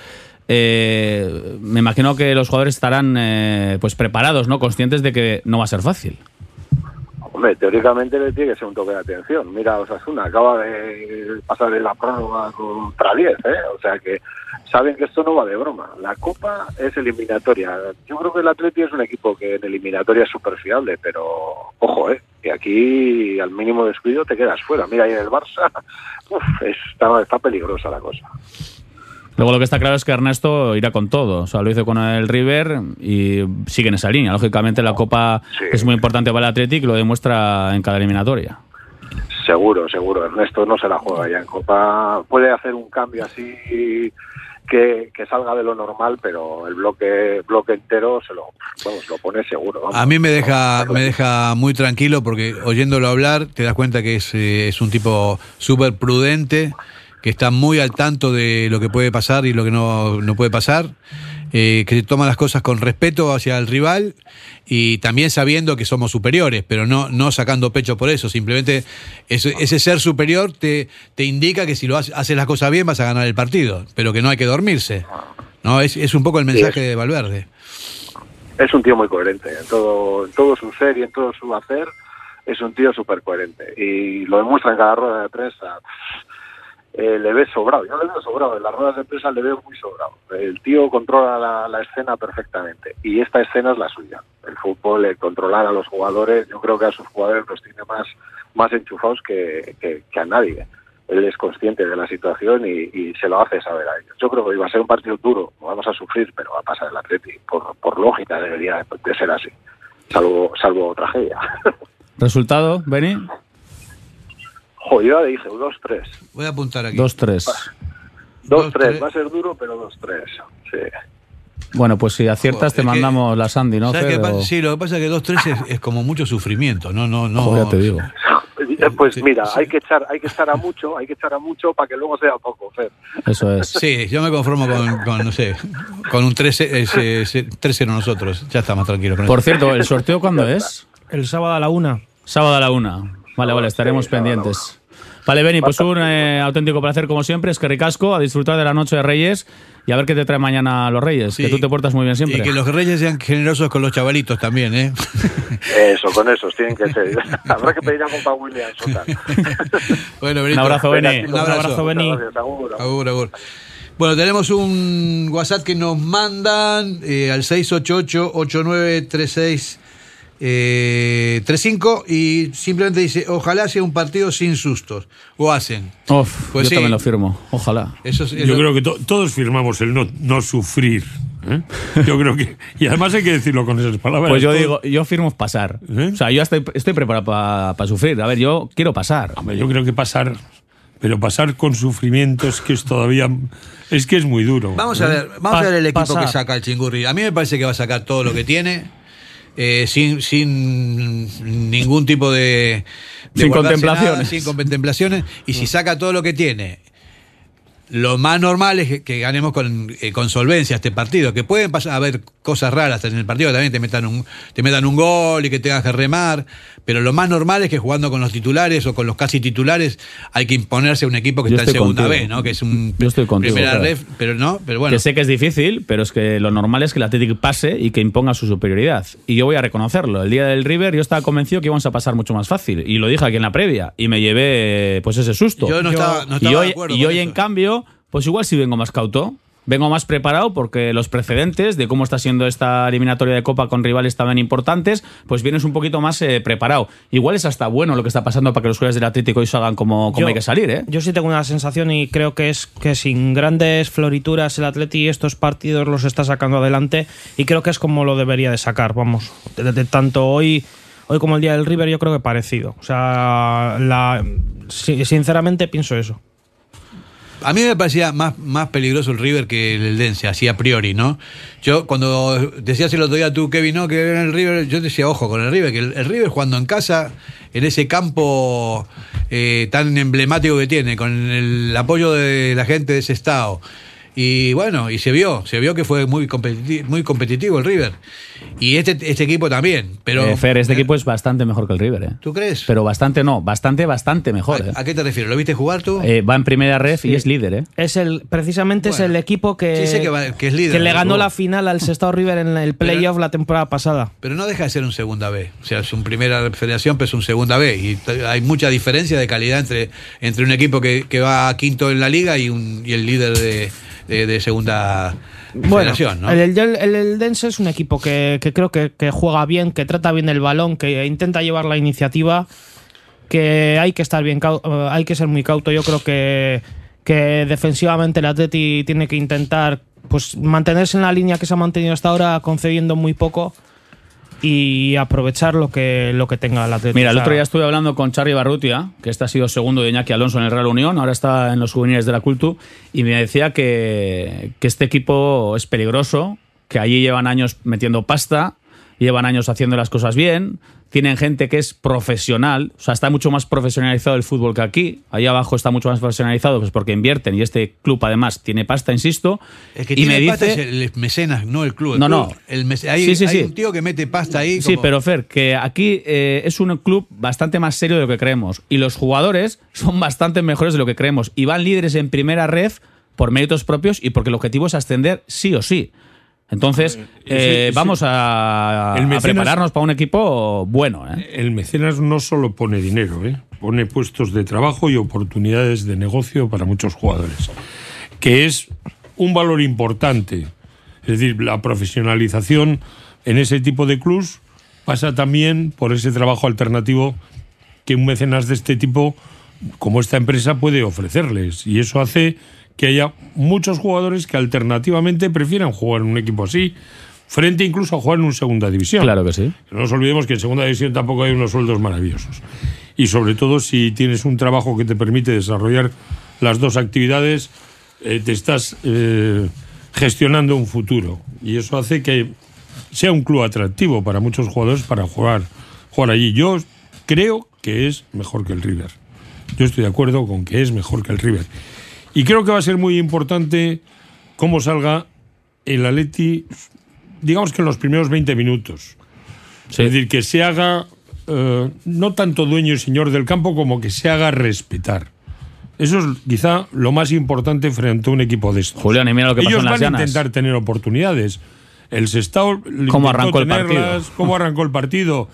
Eh, me imagino que los jugadores estarán eh, pues preparados, ¿no? Conscientes de que no va a ser fácil. Hombre, teóricamente le tiene que ser un toque de atención. Mira, Osasuna acaba de pasar en la prórroga contra diez, ¿eh? O sea que saben que esto no va de broma. La Copa es eliminatoria. Yo creo que el Atleti es un equipo que en eliminatoria es súper fiable, pero ojo, ¿eh? Que aquí al mínimo descuido te quedas fuera. Mira, ahí en el Barça, uf, está, está peligrosa la cosa. Luego lo que está claro es que Ernesto irá con todo. O sea, lo hizo con el River y sigue en esa línea. Lógicamente la Copa Sí. es muy importante para el Athletic y lo demuestra en cada eliminatoria. Seguro, seguro. Ernesto no se la juega ya en Copa. Puede hacer un cambio así que, que salga de lo normal, pero el bloque bloque entero se lo, vamos, lo pone seguro. Vamos. A mí me deja me deja muy tranquilo porque oyéndolo hablar te das cuenta que es, eh, es un tipo súper prudente, que está muy al tanto de lo que puede pasar y lo que no, no puede pasar, eh, que toma las cosas con respeto hacia el rival y también sabiendo que somos superiores, pero no, no sacando pecho por eso. Simplemente ese, ese ser superior te, te indica que si lo haces, haces las cosas bien vas a ganar el partido, pero que no hay que dormirse. No, es, es un poco el mensaje de Valverde. Es un tío muy coherente en todo, en todo su ser y en todo su hacer. Es un tío súper coherente y lo demuestra en cada rueda de prensa. Eh, le ves sobrado, yo le veo sobrado, en las ruedas de prensa le veo muy sobrado. El tío controla la, la escena perfectamente y esta escena es la suya. El fútbol, el controlar a los jugadores, yo creo que a sus jugadores los tiene más, más enchufados que, que, que a nadie. Él es consciente de la situación y, y se lo hace saber a ellos. Yo creo que iba a ser un partido duro, vamos a sufrir, pero va a pasar el Atleti. Por, por lógica debería de, de ser así, salvo, salvo tragedia. ¿Resultado, Beni? Jo, yo ya dije, dos tres. Voy a apuntar aquí. dos tres. dos tres, va a ser duro, pero dos tres. Sí. Bueno, pues si aciertas Joder, te es que- mandamos la Sandy, ¿no? ¿Sabes qué Fer? pasa? O- Sí, lo que pasa es que dos tres es, es como mucho sufrimiento, no, no, no. Joder, ya te digo. Eh, Pues Sí, mira, sí. hay que echar, hay que echar a mucho, hay que echar a mucho para que luego sea poco, Fer. Eso es. Sí, yo me conformo con, con no sé, con un tres cero nosotros. Ya está más tranquilo con Por eso. cierto, ¿el sorteo cuándo es? El sábado a la una. Sábado a la una. Vale, vale, estaremos Sí, sábado a la pendientes. Vale, Beni, pues un eh, auténtico placer como siempre. Es que ricasco, a disfrutar de la noche de Reyes y a ver qué te trae mañana los Reyes. Sí. Que tú te portas muy bien siempre. Y que los reyes sean generosos con los chavalitos también, ¿eh? Eso, con esos tienen que ser. Habrá que pedir a compa Williams o tal. Bueno, Un Benito. abrazo, Venga, Beni. chicos, Un abrazo. Beni. Gracias, agur, agur. Agur, agur. Bueno, tenemos un WhatsApp que nos mandan eh, al seis ocho ocho, ocho nueve tres seis eh, tres cinco y simplemente dice, ojalá sea un partido sin sustos. O hacen. Uf, Pues yo sí. también lo firmo. Ojalá. Eso es, Yo eso- creo que to- todos firmamos el no, no sufrir. ¿eh? Yo creo que. Y además hay que decirlo con esas palabras. Pues yo Todos- digo, yo firmo pasar. ¿Eh? O sea, yo estoy, estoy preparado para sufrir. A ver, yo quiero pasar. Hombre, yo creo que pasar. Pero pasar con sufrimientos que es todavía. Es que es muy duro. Vamos a ¿eh? ver, vamos Pa- a ver el equipo pasar. que saca el Chingurri. A mí me parece que va a sacar todo lo que tiene, eh, sin, sin ningún tipo de, de Sin guardarse contemplaciones. nada, sin contemplaciones. Y si saca todo lo que tiene, lo más normal es que, que ganemos con, eh, con solvencia este partido. Que pueden pasar a haber cosas raras en el partido, también te metan un, te metan un gol y que tengas que remar. Pero lo más normal es que jugando con los titulares o con los casi titulares hay que imponerse a un equipo que Yo está en estoy segunda contigo. B, ¿no? Que es un Yo estoy contigo, primera claro. ref, pero no, pero bueno. Que sé que es difícil, pero es que lo normal es que el Athletic pase y que imponga su superioridad. Y yo voy a reconocerlo. El día del River yo estaba convencido que íbamos a pasar mucho más fácil. Y lo dije aquí en la previa. Y me llevé pues ese susto. Yo no estaba, no y estaba hoy, de acuerdo y con hoy eso. en cambio, pues igual sí vengo más cauto. vengo más preparado porque los precedentes de cómo está siendo esta eliminatoria de Copa con rivales también importantes, pues vienes un poquito más eh, preparado. Igual es hasta bueno lo que está pasando para que los jugadores del Atlético hoy salgan como, como yo, hay que salir, ¿eh? Yo sí tengo una sensación y creo que es que sin grandes florituras el Atleti estos partidos los está sacando adelante y creo que es como lo debería de sacar, vamos. De, de tanto hoy, hoy como el día del River yo creo que parecido. O sea, la, sinceramente pienso eso. A mí me parecía más, más peligroso el River que el Eldense, así a priori, ¿no? Yo, cuando decías el otro día tú, Kevin, ¿no? Que era el River, yo decía, ojo con el River, que el, el River jugando en casa, en ese campo eh, tan emblemático que tiene, con el apoyo de la gente de ese estado. Y bueno, y se vio, se vio que fue muy competitivo, muy competitivo el River. Y este, este equipo también. Pero eh, Fer, este eh, equipo es bastante mejor que el River, ¿eh? ¿Tú crees? Pero bastante no, bastante, bastante mejor. ¿A, ¿eh? ¿a qué te refieres? ¿Lo viste jugar tú? Eh, va en primera ref sí. y es líder, ¿eh? Es el, precisamente bueno, es el equipo que, sí sé que, va, que, es líder, que le ganó la final al Sestao River en el playoff la temporada pasada. Pero no deja de ser un segunda B. O sea, es un primera federación, pero es un segunda B. Y hay mucha diferencia de calidad entre, entre un equipo que, que va quinto en la liga y, un, y el líder de... De, de segunda bueno, federación, ¿no? El, el, el Eldense es un equipo que, que creo que, que juega bien, que trata bien el balón, que intenta llevar la iniciativa, que hay que estar bien, hay que ser muy cauto. Yo creo que, que defensivamente el Atleti tiene que intentar pues mantenerse en la línea que se ha mantenido hasta ahora, concediendo muy poco y aprovechar lo que, lo que tenga el Atleti. Mira, el otro día estuve hablando con Charly Barrutia, que este ha sido segundo de Iñaki Alonso en el Real Unión, ahora está en los juveniles de la Cultu, y me decía que, que este equipo es peligroso, que allí llevan años metiendo pasta, llevan años haciendo las cosas bien, tienen gente que es profesional, o sea, está mucho más profesionalizado el fútbol que aquí. Ahí abajo está mucho más profesionalizado pues porque invierten y este club además tiene pasta, insisto. El que y tiene me pasta dice, es el mecenas, no el club. El no, club, no. El mece, hay, sí, sí, hay sí. un tío que mete pasta ahí. Sí, como... pero Fer, que aquí eh, es un club bastante más serio de lo que creemos. Y los jugadores son bastante mejores de lo que creemos. Y van líderes en primera ref por méritos propios y porque el objetivo es ascender sí o sí. Entonces, eh, ese, vamos a, mecenas, a prepararnos para un equipo bueno. ¿eh? El mecenas no solo pone dinero, ¿eh? Pone puestos de trabajo y oportunidades de negocio para muchos jugadores, que es un valor importante. Es decir, la profesionalización en ese tipo de clubs pasa también por ese trabajo alternativo que un mecenas de este tipo, como esta empresa, puede ofrecerles. Y eso hace que haya muchos jugadores que alternativamente prefieran jugar en un equipo así, frente incluso a jugar en una segunda división. Claro que sí. No nos olvidemos que en segunda división tampoco hay unos sueldos maravillosos. Y sobre todo si tienes un trabajo que te permite desarrollar las dos actividades, eh, te estás eh, gestionando un futuro. Y eso hace que sea un club atractivo para muchos jugadores para jugar, jugar allí. Yo creo que es mejor que el River. Yo estoy de acuerdo con que es mejor que el River. Y creo que va a ser muy importante cómo salga el Atleti, digamos que en los primeros veinte minutos. Sí. Es decir, que se haga eh, no tanto dueño y señor del campo como que se haga respetar. Eso es quizá lo más importante frente a un equipo de estos. Julián, y mira lo que Ellos pasó en las van llanas. a intentar tener oportunidades. El Sestao ¿Cómo arrancó el partido? ¿Cómo arrancó el partido?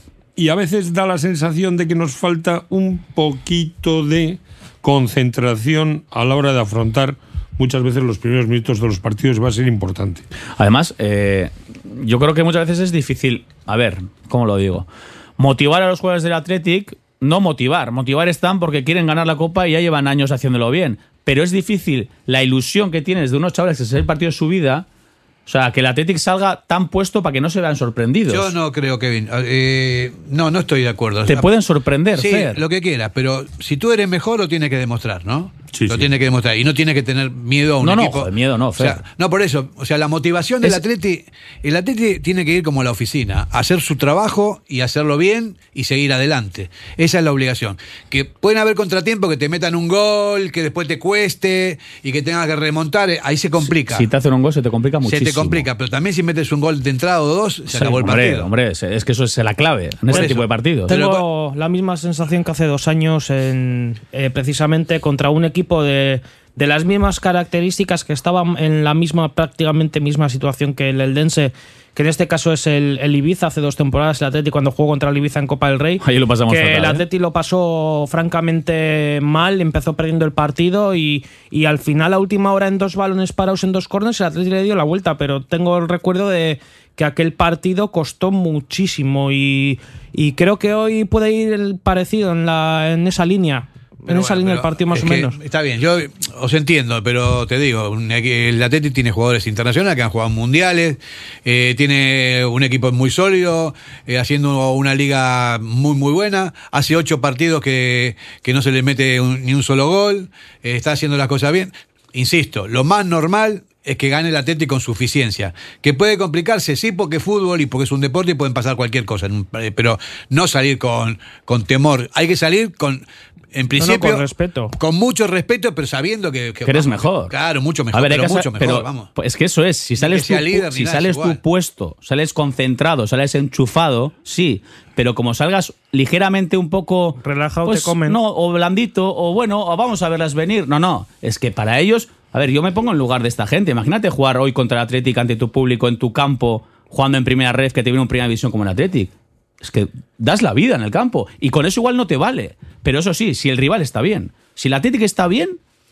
Y a veces da la sensación de que nos falta un poquito de concentración a la hora de afrontar muchas veces los primeros minutos de los partidos. Va a ser importante. Además, eh, yo creo que muchas veces es difícil, a ver, ¿cómo lo digo? Motivar a los jugadores del Athletic, no motivar, motivar están porque quieren ganar la Copa y ya llevan años haciéndolo bien, pero es difícil la ilusión que tienes de unos chavales que es el partido de su vida. O sea, que el Athletic salga tan puesto para que no se vean sorprendidos. Yo no creo, Kevin. Eh, no, no estoy de acuerdo. Te pueden sorprender, sí, Fer. Lo que quieras, pero si tú eres mejor lo tienes que demostrar, ¿no? Sí, lo sí. tiene que demostrar. Y no tiene que tener miedo a un no, equipo. No, joder, miedo no, Fer. O sea, no, por eso. O sea, la motivación del es... Atleti, el Atleti tiene que ir como a la oficina, hacer su trabajo y hacerlo bien y seguir adelante. Esa es la obligación. Que pueden haber contratiempos, que te metan un gol, que después te cueste y que tengas que remontar. Ahí se complica. Si, si te hacen un gol se te complica muchísimo. Se te complica, pero también si metes un gol de entrada o dos, se sí, acabó el hombre, partido. Hombre, es que eso es la clave en este tipo de partidos. Tengo la misma sensación que hace dos años en, eh, precisamente contra un equipo de, de las mismas características, que estaba en la misma, prácticamente misma situación que el Eldense, que en este caso es el, el Ibiza hace dos temporadas, el Atleti cuando jugó contra el Ibiza en Copa del Rey. Ahí lo pasamos que fatal, el ¿eh? Atleti lo pasó francamente mal, empezó perdiendo el partido y, y al final a última hora en dos balones parados en dos córneres el Atleti le dio la vuelta, pero tengo el recuerdo de que aquel partido costó muchísimo y, y creo que hoy puede ir el parecido en, la, en esa línea. Pero en esa bueno, línea del partido más es o que menos. Está bien, yo os entiendo, pero te digo, un- el Atleti tiene jugadores internacionales que han jugado mundiales, eh, tiene un equipo muy sólido, eh, haciendo una liga muy muy buena, hace ocho partidos que, que no se le mete un- ni un solo gol, eh, está haciendo las cosas bien. Insisto, lo más normal es que gane el Atleti con suficiencia. Que puede complicarse, sí, porque es fútbol y porque es un deporte y pueden pasar cualquier cosa, eh, pero no salir con, con temor. Hay que salir con... En principio, No, no, con respeto. Con mucho respeto, pero sabiendo que, Que eres vamos, mejor. Claro, mucho mejor. A ver, hay pero que mucho sa- mejor, pero, vamos. pues es que eso es, si Ni sales, que sea tú, líder, ni si nada, es sales tú igual. puesto, sales concentrado, sales enchufado, sí, pero como salgas ligeramente un poco relajado, pues, te comen. no, o blandito, o bueno, o vamos a verlas venir. No, no, es que para ellos, a ver, yo me pongo en lugar de esta gente. Imagínate jugar hoy contra el Athletic ante tu público en tu campo, jugando en primera red, que te viene en primera división como el Athletic. Es que das la vida en el campo y con eso igual no te vale. Pero eso sí, si el rival está bien, si el Athletic está bien,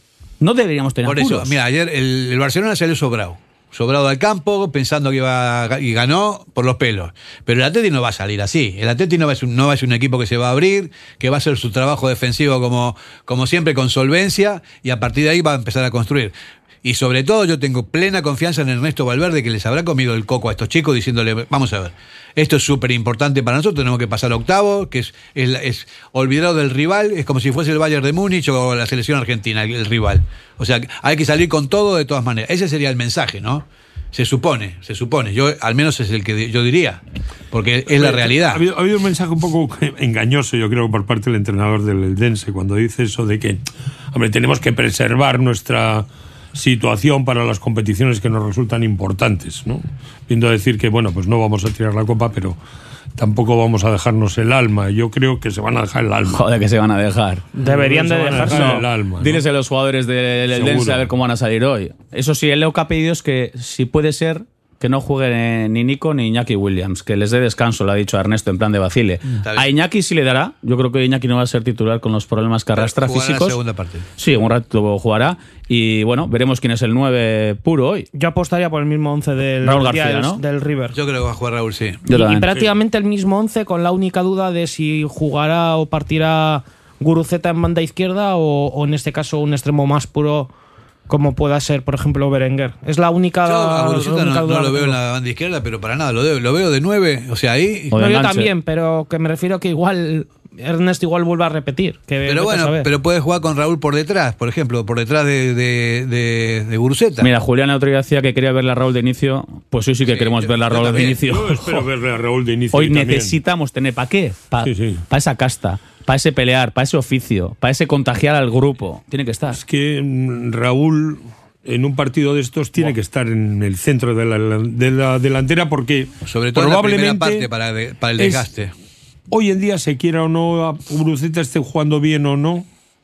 no deberíamos tener Por eso, apuros. mira, ayer el, el Barcelona salió sobrado. Sobrado al campo, pensando que iba a, y ganó por los pelos. Pero el Atleti no va a salir así. El Atleti no va a ser, no va a ser un equipo que se va a abrir, que va a hacer su trabajo defensivo como, como siempre, con solvencia, y a partir de ahí va a empezar a construir. Y sobre todo yo tengo plena confianza en Ernesto Valverde, que les habrá comido el coco a estos chicos diciéndole, vamos a ver, esto es súper importante para nosotros, tenemos que pasar a octavo, que es, es, es olvidado del rival, es como si fuese el Bayern de Múnich o la selección argentina, el, el rival. O sea, hay que salir con todo de todas maneras. Ese sería el mensaje, ¿no? Se supone, se supone. Yo, al menos es el que yo diría, porque es la realidad. Ha habido, ha habido un mensaje un poco engañoso, yo creo, por parte del entrenador del Eldense, cuando dice eso de que, hombre, tenemos que preservar nuestra situación para las competiciones que nos resultan importantes, ¿no? Viendo a decir que, bueno, pues no vamos a tirar la copa, pero tampoco vamos a dejarnos el alma. Yo creo que se van a dejar el alma. Joder, que se van a dejar. Deberían Se de van a dejarse. dejar No, el alma, ¿no? diles a los jugadores del Seguro. Eldense a ver cómo van a salir hoy. Eso sí, el Leo que ha pedido es que, si puede ser, que no juegue ni Nico ni Iñaki Williams, que les dé descanso, lo ha dicho Ernesto en plan de vacile. Está bien. A Iñaki sí le dará. Yo creo que Iñaki no va a ser titular con los problemas que arrastra Jugará la físicos. segunda parte. Sí, un rato jugará. Y bueno, veremos quién es el nueve puro hoy. Yo apostaría por el mismo once del, Raúl día García, del, ¿no? del River. Yo creo que va a jugar Raúl, sí. Yo y, y también. prácticamente el mismo once, con la única duda de si jugará o partirá Guruceta en banda izquierda o, o en este caso un extremo más puro como pueda ser, por ejemplo, Berenguer. Es la única, Yo a la Guruceta única no, duda no lo que veo en tengo. la banda izquierda, pero para nada, lo, veo- lo veo de nueve, o sea, ahí... O de No, yo enganche. también, pero que me refiero que igual Ernesto igual vuelve a repetir. Que vete Pero a bueno, saber. pero puede jugar con Raúl por detrás, por ejemplo, por detrás de, de, de, de Guruceta. Mira, Julián el otro día decía que quería ver a Raúl de inicio. Pues hoy sí que Sí, queremos yo- ver a yo Raúl de también. inicio. Yo espero verle a Raúl de inicio. Hoy y también. necesitamos tener, ¿para qué? Para Sí, sí. esa casta, para ese pelear, para ese oficio, para ese contagiar al grupo. Tiene que estar. Es que mm, Raúl, en un partido de estos, tiene que estar en el centro de la, de la delantera porque Sobre todo en la primera probablemente parte para, de- para el es- desgaste. hoy en día, se quiera o no, a Guruceta esté jugando bien o no,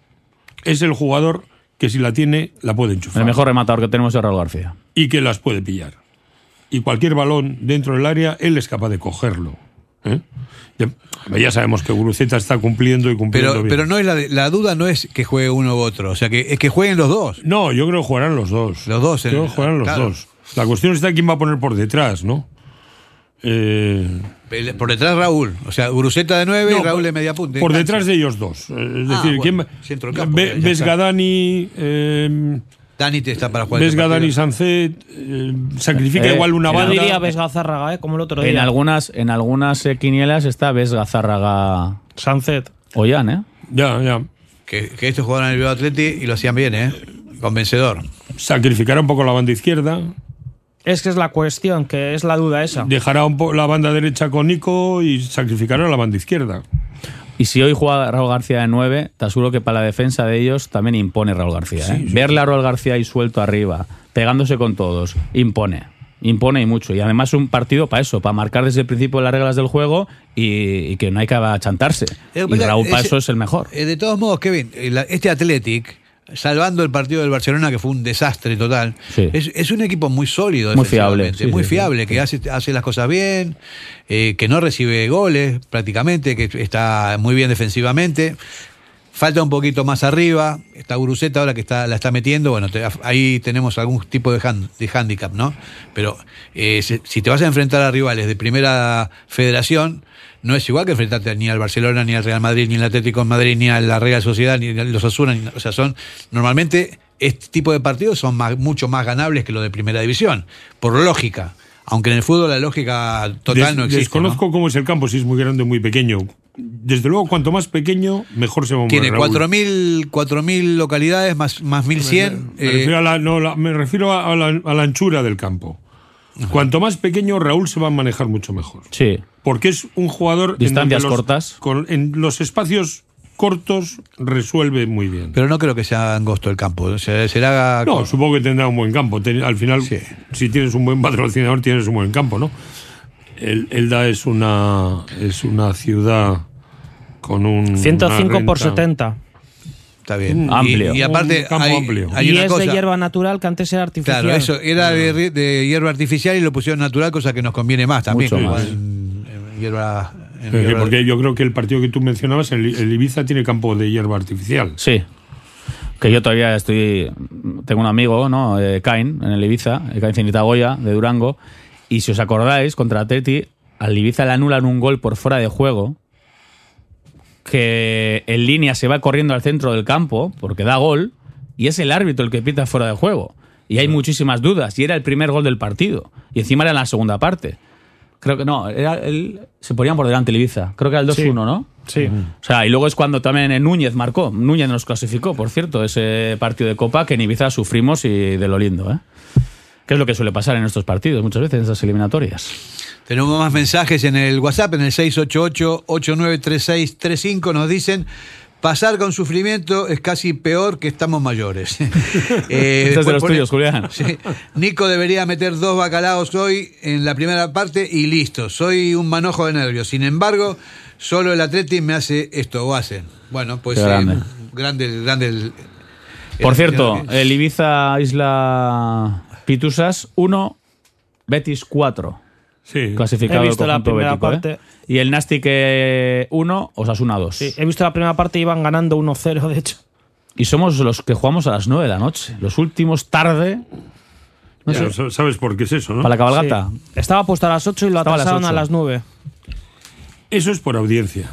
es el jugador que si la tiene, la puede enchufar. El mejor rematador que tenemos es Raúl García. Y que las puede pillar. Y cualquier balón dentro del área, él es capaz de cogerlo. ¿eh? Ya, ya sabemos que Guruceta está cumpliendo y cumpliendo Pero, bien. pero no es la, la duda no es que juegue uno u otro, o sea, que es que jueguen los dos. No, yo creo que jugarán los dos. Los dos, Creo en- que jugarán los claro. dos. La cuestión está quién va a poner por detrás, ¿no? Eh, El- Por detrás Raúl, o sea, Guruceta de nueve no, y Raúl de media punta. por enganche. detrás de ellos dos. Eh, Es Ah, decir, bueno, ¿quién va- centro del campo, Ve- ya está. Vesgadani, eh, Dani te está para jugar. este Vesgadani partido. Sancet, eh, sacrifica Eh, igual una en Yo banda. diría Vesga Zárraga, ¿eh? Como el otro día. En algunas, en algunas eh, quinielas está Vesga, Zárraga, Sánchez. Ollán, ¿eh? Ya, ya. Que, que estos jugaban en el Bilbao Atleti y lo hacían bien, ¿eh? Convencedor. Sacrificará un poco la banda izquierda. Es que es la cuestión, que es la duda esa. Dejará un po- la banda derecha con Nico y sacrificará la banda izquierda. Y si hoy juega Raúl García de nueve, te aseguro que para la defensa de ellos también impone Raúl García. ¿eh? Sí, sí. Verle a Raúl García ahí suelto arriba, pegándose con todos, impone. Impone y mucho. Y además un partido para eso, para marcar desde el principio las reglas del juego y, y que no hay que achantarse. Eh, Y Raúl para ese- eso es el mejor. Eh, de todos modos, Kevin, el- este Athletic salvando el partido del Barcelona, que fue un desastre total, Sí. es, es un equipo muy sólido, Muy fiable, defensivamente, sí, muy sí, fiable, sí. que hace, hace las cosas bien, eh, que no recibe goles prácticamente, que está muy bien defensivamente. Falta un poquito más arriba, está Guruceta ahora que está, la está metiendo, bueno, te, ahí tenemos algún tipo de, hand, de handicap, ¿no? Pero eh, si, si te vas a enfrentar a rivales de primera federación, no es igual que enfrentarte ni al Barcelona, ni al Real Madrid, ni al Atlético de Madrid, ni a la Real Sociedad, ni a los Osasuna, ni, o sea, son, normalmente este tipo de partidos son más, mucho más ganables que los de primera división, por lógica. Aunque en el fútbol la lógica total Des, no existe. Desconozco ¿no? cómo es el campo, si es muy grande o muy pequeño. Desde luego, cuanto más pequeño, mejor se va a mover. Tiene Raúl. cuatro mil localidades más, más mil cien. Me, eh, refiero, a la, no, la, me refiero a, la, a la anchura del campo. Ajá. Cuanto más pequeño, Raúl se va a manejar mucho mejor. Sí. Porque es un jugador... Distancias en los, cortas. Con, en los espacios cortos resuelve muy bien. Pero no creo que sea angosto el campo. O sea, será... No, supongo que tendrá un buen campo. Al final, sí. Si tienes un buen patrocinador, tienes un buen campo, ¿no? El, Elda es una, es una ciudad con un... ciento cinco por setenta. Está bien. Mm, amplio. Y, y aparte, un campo hay, amplio. hay y una es cosa, de hierba natural, que antes era artificial. Claro, eso era de, de hierba artificial y lo pusieron natural, cosa que nos conviene más también. Mucho más. En, en hierba, en Sí, hierba, porque yo creo que el partido que tú mencionabas, el, el Ibiza tiene campo de hierba artificial. Sí. Que yo todavía estoy... Tengo un amigo, ¿no? Eh, Cain, en el Ibiza, el Cain Zinitagoya, de Durango. Y si os acordáis, contra Atleti, al Ibiza le anulan un gol por fuera de juego, que en línea se va corriendo al centro del campo, porque da gol, y es el árbitro el que pita fuera de juego. Y hay muchísimas dudas, y era el primer gol del partido. Y encima era en la segunda parte. Creo que no, era el, se ponían por delante el Ibiza. Creo que era el dos uno, sí. ¿no? Sí. O sea, y luego es cuando también Núñez marcó. Núñez nos clasificó, por cierto, ese partido de Copa que en Ibiza sufrimos y de lo lindo, ¿eh? Que es lo que suele pasar en estos partidos muchas veces, en estas eliminatorias. Tenemos más mensajes en el WhatsApp, en el seis ocho ocho, ocho nueve tres seis tres cinco. Nos dicen: pasar con sufrimiento es casi peor que estamos mayores. eh, este es de los tuyos, Julián. Sí. Nico debería meter dos bacalaos hoy en la primera parte y listo. Soy un manojo de nervios. Sin embargo, solo el Atleti me hace esto, o hacen. Bueno, pues grande. Eh, grande, grande el, Por el, cierto, el, el Ibiza Isla Pitusas uno, Betis cuatro. Sí. Clasificado he visto el la primera bético, parte. ¿eh? Y el Nastic uno, Osasuna dos. Sí, he visto la primera parte y iban ganando uno cero, de hecho. Y somos los que jugamos a las nueve de la noche. Los últimos tarde. No ya, sé. ¿Sabes por qué es eso, no? Para la cabalgata. Sí. Estaba puesto a las ocho y lo Estaba atrasaron a las nueve. Eso es por audiencia.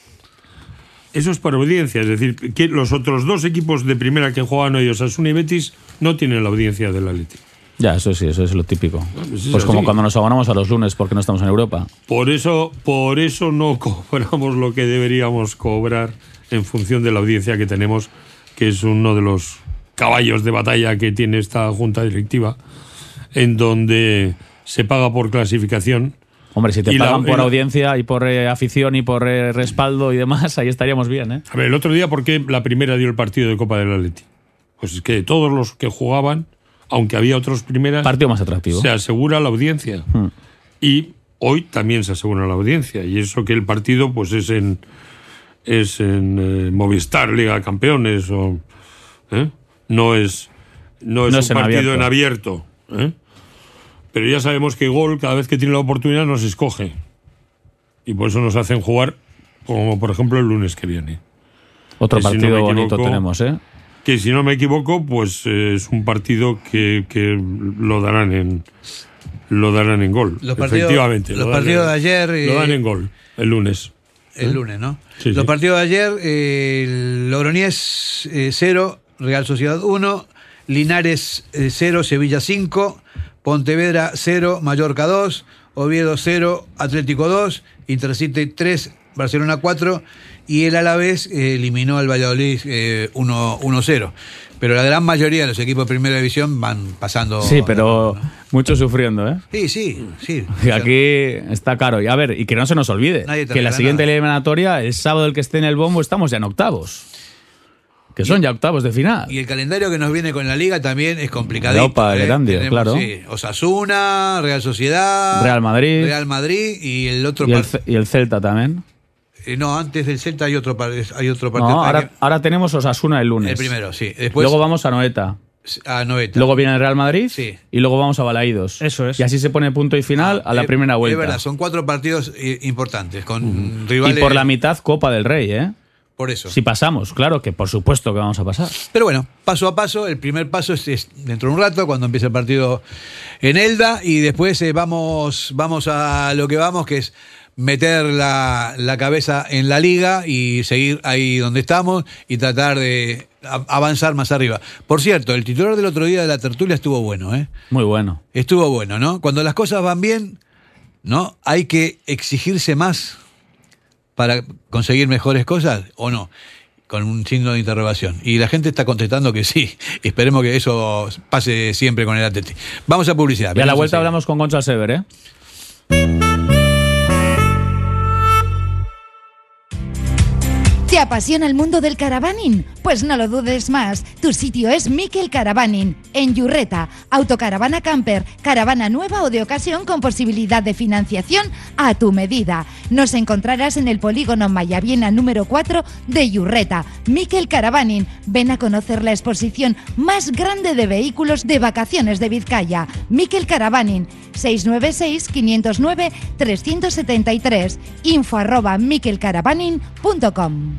Eso es por audiencia. Es decir, que los otros dos equipos de primera que juegan hoy, Osasuna y Betis, no tienen la audiencia del Atlético. Ya, eso sí, eso es lo típico. Pues, pues como cuando nos abonamos a los lunes porque no estamos en Europa. Por eso, por eso no cobramos lo que deberíamos cobrar en función de la audiencia que tenemos, que es uno de los caballos de batalla que tiene esta junta directiva, en donde se paga por clasificación. Hombre, si te y pagan la, por la, audiencia y por eh, afición y por eh, respaldo y demás, ahí estaríamos bien, ¿eh? A ver, el otro día, ¿por qué la primera dio el partido de Copa del Atleti? Pues es que todos los que jugaban, aunque había otros primeras, partido más atractivo, se asegura la audiencia. Hmm. Y hoy también se asegura la audiencia. Y eso que el partido pues es en es en eh, Movistar, Liga de Campeones, o, ¿eh? no es no es no un es en partido abierto. en abierto. ¿eh? Pero ya sabemos que Gol, cada vez que tiene la oportunidad, nos escoge. Y por eso nos hacen jugar, como por ejemplo el lunes que viene. Otro que partido si no bonito tenemos, ¿eh? Que si no me equivoco, pues eh, es un partido que, que lo darán en lo darán en Gol. Los partidos, Efectivamente. Los lo partidos dan, de ayer... Lo Eh, dan en Gol, el lunes. El ¿Eh? lunes, ¿no? Sí, los sí. partidos de ayer, eh, Logroñés cero, eh, Real Sociedad uno, Linares cero, eh, Sevilla cinco, Pontevedra cero, Mallorca dos, Oviedo cero, Atlético dos, Intercity tres, Barcelona cuatro, y el Alavés eh, eliminó al Valladolid eh, uno cero. Pero la gran mayoría de los equipos de primera división van pasando... Sí, pero muchos sufriendo, ¿eh? Sí, sí, sí. Y aquí está caro. Y a ver, y que no se nos olvide, Nadie te que la regala siguiente nada. eliminatoria, el sábado el que esté en el bombo, estamos ya en octavos. Que son ya octavos de final. Y el calendario que nos viene con la Liga también es complicadito. La Opa, el ¿eh? Erandio, Tenemos, claro. Sí, Osasuna, Real Sociedad, Real Madrid. Real Madrid y el otro Y el, par- Ce- y el Celta también. Eh, no, antes del Celta hay otro, par- hay otro partido. No, Hay ahora, que- ahora tenemos Osasuna el lunes. El primero, sí. Después, Luego vamos a Noeta. a Noeta. Luego viene el Real Madrid. Sí. Y luego vamos a Balaídos. Eso es. Y así se pone punto y final a la Eh, primera vuelta. Es verdad, son cuatro partidos eh, importantes con rivales. Y por la mitad Copa del Rey, ¿eh? Por eso. Si pasamos, claro que por supuesto que vamos a pasar. Pero bueno, paso a paso, el primer paso es, es dentro de un rato, cuando empiece el partido en Elda, y después eh, vamos, vamos a lo que vamos, que es meter la, la cabeza en la liga y seguir ahí donde estamos y tratar de a- avanzar más arriba. Por cierto, el titular del otro día de la tertulia estuvo bueno, ¿eh? Muy bueno. Estuvo bueno, ¿no? Cuando las cosas van bien, ¿no? Hay que exigirse más para conseguir mejores cosas, ¿o no? Con un signo de interrogación. Y la gente está contestando que sí. Esperemos que eso pase siempre con el Atleti. Vamos a publicidad. Y a la Venimos vuelta enseguida. hablamos con Gonzalo Sever, ¿eh? ¿Te apasiona el mundo del caravaning? Pues no lo dudes más. Tu sitio es Miquel Caravaning, en Yurreta. Autocaravana camper, caravana nueva o de ocasión con posibilidad de financiación a tu medida. Nos encontrarás en el polígono Mayaviena número cuatro de Yurreta. Miquel Caravaning. Ven a conocer la exposición más grande de vehículos de vacaciones de Vizcaya. Miquel Caravaning. seis nueve seis, cinco cero nueve, tres siete tres. Info arroba miquelcaravaning punto com.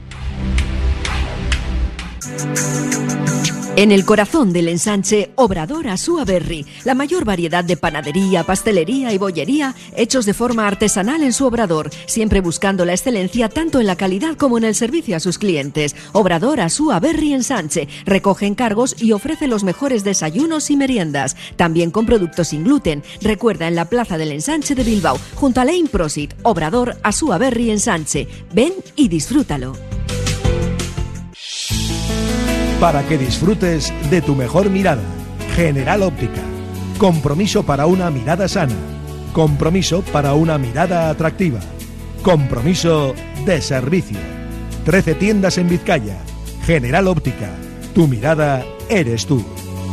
En el corazón del ensanche, Obrador Asúa Berri, la mayor variedad de panadería, pastelería y bollería hechos de forma artesanal en su obrador, siempre buscando la excelencia tanto en la calidad como en el servicio a sus clientes. Obrador Asúa Berri Ensanche recoge encargos y ofrece los mejores desayunos y meriendas, también con productos sin gluten. Recuerda, en la Plaza del Ensanche de Bilbao, junto a Lane Prosit. Obrador Asúa Berri Ensanche. Ven y disfrútalo. Para que disfrutes de tu mejor mirada. General Óptica. Compromiso para una mirada sana. Compromiso para una mirada atractiva. Compromiso de servicio. trece tiendas en Vizcaya. General Óptica. Tu mirada eres tú.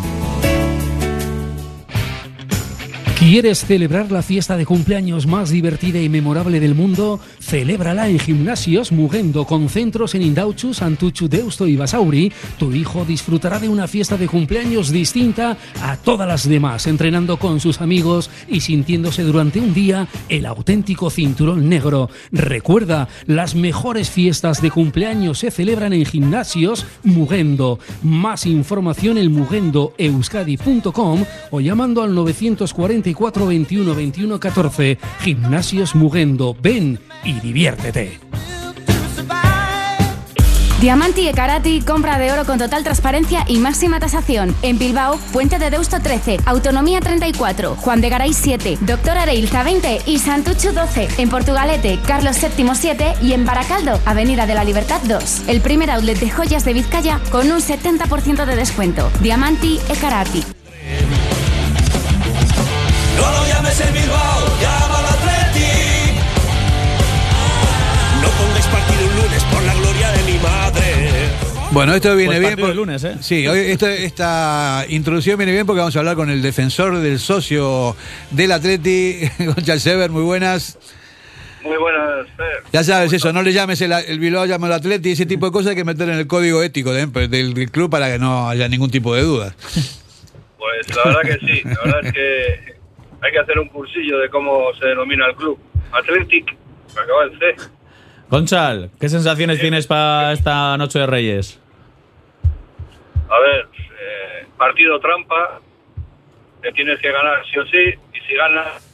¿Quieres celebrar la fiesta de cumpleaños más divertida y memorable del mundo? Celébrala en Gimnasios Mugendo, con centros en Indauchu, Santuchu, Deusto y Basauri. Tu hijo disfrutará de una fiesta de cumpleaños distinta a todas las demás, entrenando con sus amigos y sintiéndose durante un día el auténtico cinturón negro. Recuerda, las mejores fiestas de cumpleaños se celebran en Gimnasios Mugendo. Más información en mugendo euskadi punto com o llamando al novecientos cuarenta y cuatro, veintiuno, veintiuno, catorce. Gimnasios Mugendo. Ven y diviértete. Diamanti e Karati, compra de oro con total transparencia y máxima tasación. En Bilbao, Puente de Deusto trece, Autonomía treinta y cuatro, Juan de Garay siete, Doctor Areilza veinte y Santuchu doce. En Portugalete, Carlos séptimo siete y en Baracaldo, Avenida de la Libertad dos. El primer outlet de joyas de Vizcaya con un setenta por ciento de descuento. Diamanti e Karati. No lo llames el Bilbao, llámalo Athletic. No pongáis partido un lunes por la gloria de mi madre. Bueno, esto viene Pues bien. partido por- el lunes, ¿eh? Sí, hoy esto- esta introducción viene bien porque vamos a hablar con el defensor del socio del Atleti, Gonzalo Sever. Muy buenas. Muy buenas, Fer. Ya sabes eso, no le llames el, el Bilbao, llámalo Atleti, ese tipo de cosas hay que meter en el código ético de- del, del club para que no haya ningún tipo de duda. Pues la verdad que sí, la verdad es que hay que hacer un cursillo de cómo se denomina el club. Athletic, acaba el C. Gonzal, ¿qué sensaciones tienes para esta noche de Reyes? A ver, eh, partido trampa, que tienes que ganar sí o sí, y si ganas,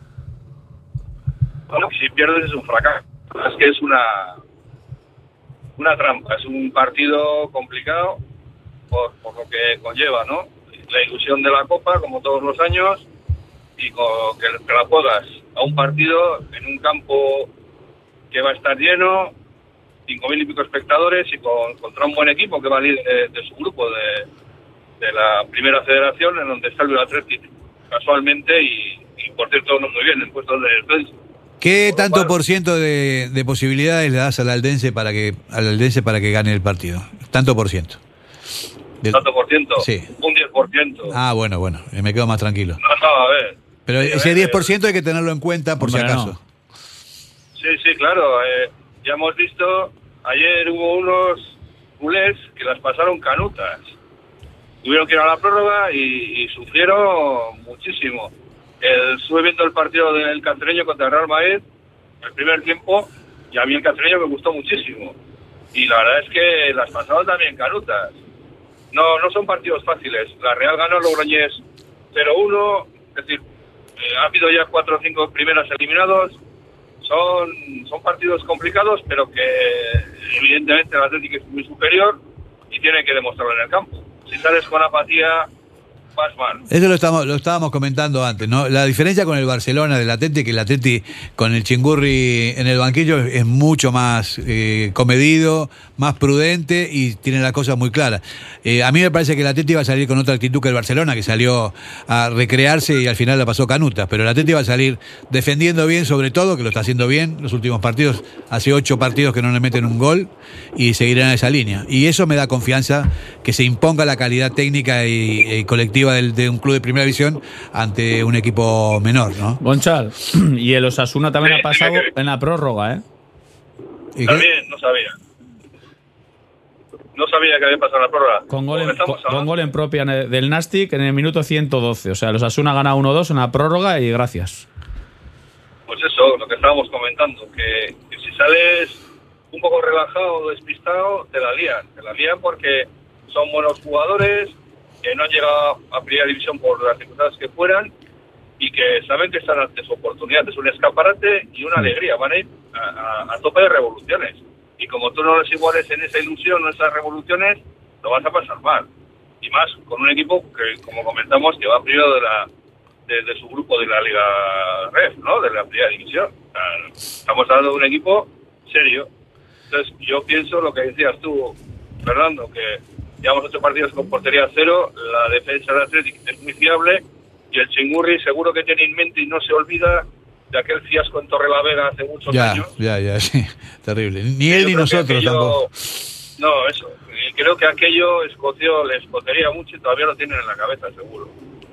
bueno, si pierdes es un fracaso. Es que es una una trampa, es un partido complicado por, por lo que conlleva, ¿no? La ilusión de la Copa, como todos los años, y con, que, que la juegas a un partido en un campo que va a estar lleno, cinco mil y pico espectadores, y con, contra un buen equipo que va a líder de, de su grupo, de, de la primera federación, en donde está el Bilbao Athletic, casualmente, y, y por cierto, no muy bien, en puestos de descenso. ¿Qué tanto por ciento de, de posibilidades le das al Aldense para que al Aldense para que gane el partido? Tanto por ciento. Del- ¿Tanto por ciento? Sí. Un diez por ciento. Ah, bueno, bueno, eh, me quedo más tranquilo. No, no, a ver. Pero Sí, a ese ver, diez por ciento hay que tenerlo en cuenta por si Hombre, acaso. no. Sí, sí, claro. Eh, ya hemos visto, ayer hubo unos culés que las pasaron canutas. Tuvieron que ir a la prórroga y, y sufrieron muchísimo. El, estuve viendo el partido del Castreño contra el Real Madrid, el primer tiempo, y a mí el Castreño me gustó muchísimo. Y la verdad es que las pasaron también canutas. No, no son partidos fáciles. La Real ganó Logroñés cero uno, es decir, eh, ha habido ya cuatro o cinco primeras eliminados. Son, son partidos complicados, pero que evidentemente el Atlético es muy superior y tiene que demostrarlo en el campo. Si sales con apatía, vas mal. Eso lo estamos, lo estábamos comentando antes, ¿no? La diferencia con el Barcelona del Atleti, que el Atleti con el Chingurri en el banquillo es mucho más eh, comedido, más prudente y tiene las cosas muy claras. Eh, a mí me parece que el Atleti va a salir con otra actitud que el Barcelona, que salió a recrearse y al final la pasó canutas, pero el Atleti va a salir defendiendo bien, sobre todo, que lo está haciendo bien los últimos partidos, hace ocho partidos que no le meten un gol y seguirán en esa línea. Y eso me da confianza que se imponga la calidad técnica y, y colectiva del, de un club de primera división ante un equipo menor, ¿no? Gonchal, y el Osasuna también sí, ha pasado sí, sí. en la prórroga, ¿eh? ¿Y también? Qué? No sabía. No sabía que había pasado la prórroga. Con gol, en, con, con gol en propia del Nastic en el minuto ciento doce. O sea, el Osasuna ha ganado uno dos en la prórroga y gracias. Pues eso, lo que estábamos comentando, que, que si sales un poco relajado o despistado, te la lían. Te la lían porque son buenos jugadores, que no han llegado a primera división por las circunstancias que fueran y que saben que están ante su oportunidad. Es un escaparate y una alegría. Van a ir a, a, a tope de revoluciones. Y como tú no les iguales en esa ilusión o esas revoluciones, lo vas a pasar mal. Y más con un equipo que, como comentamos, que va primero de la de, de su grupo de la Liga R E F, ¿no? De la primera división. O sea, estamos hablando de un equipo serio. Entonces, yo pienso lo que decías tú, Fernando, que llevamos ocho partidos con portería cero, la defensa del Atlético es muy fiable y el Chingurri seguro que tiene en mente y no se olvida de aquel fiasco en Torrelavega hace muchos ya, años. Ya, ya, sí, terrible. Ni él ni nosotros aquello, tampoco. No, eso. Y creo que aquello escoció, les escocería mucho y todavía lo tienen en la cabeza, seguro.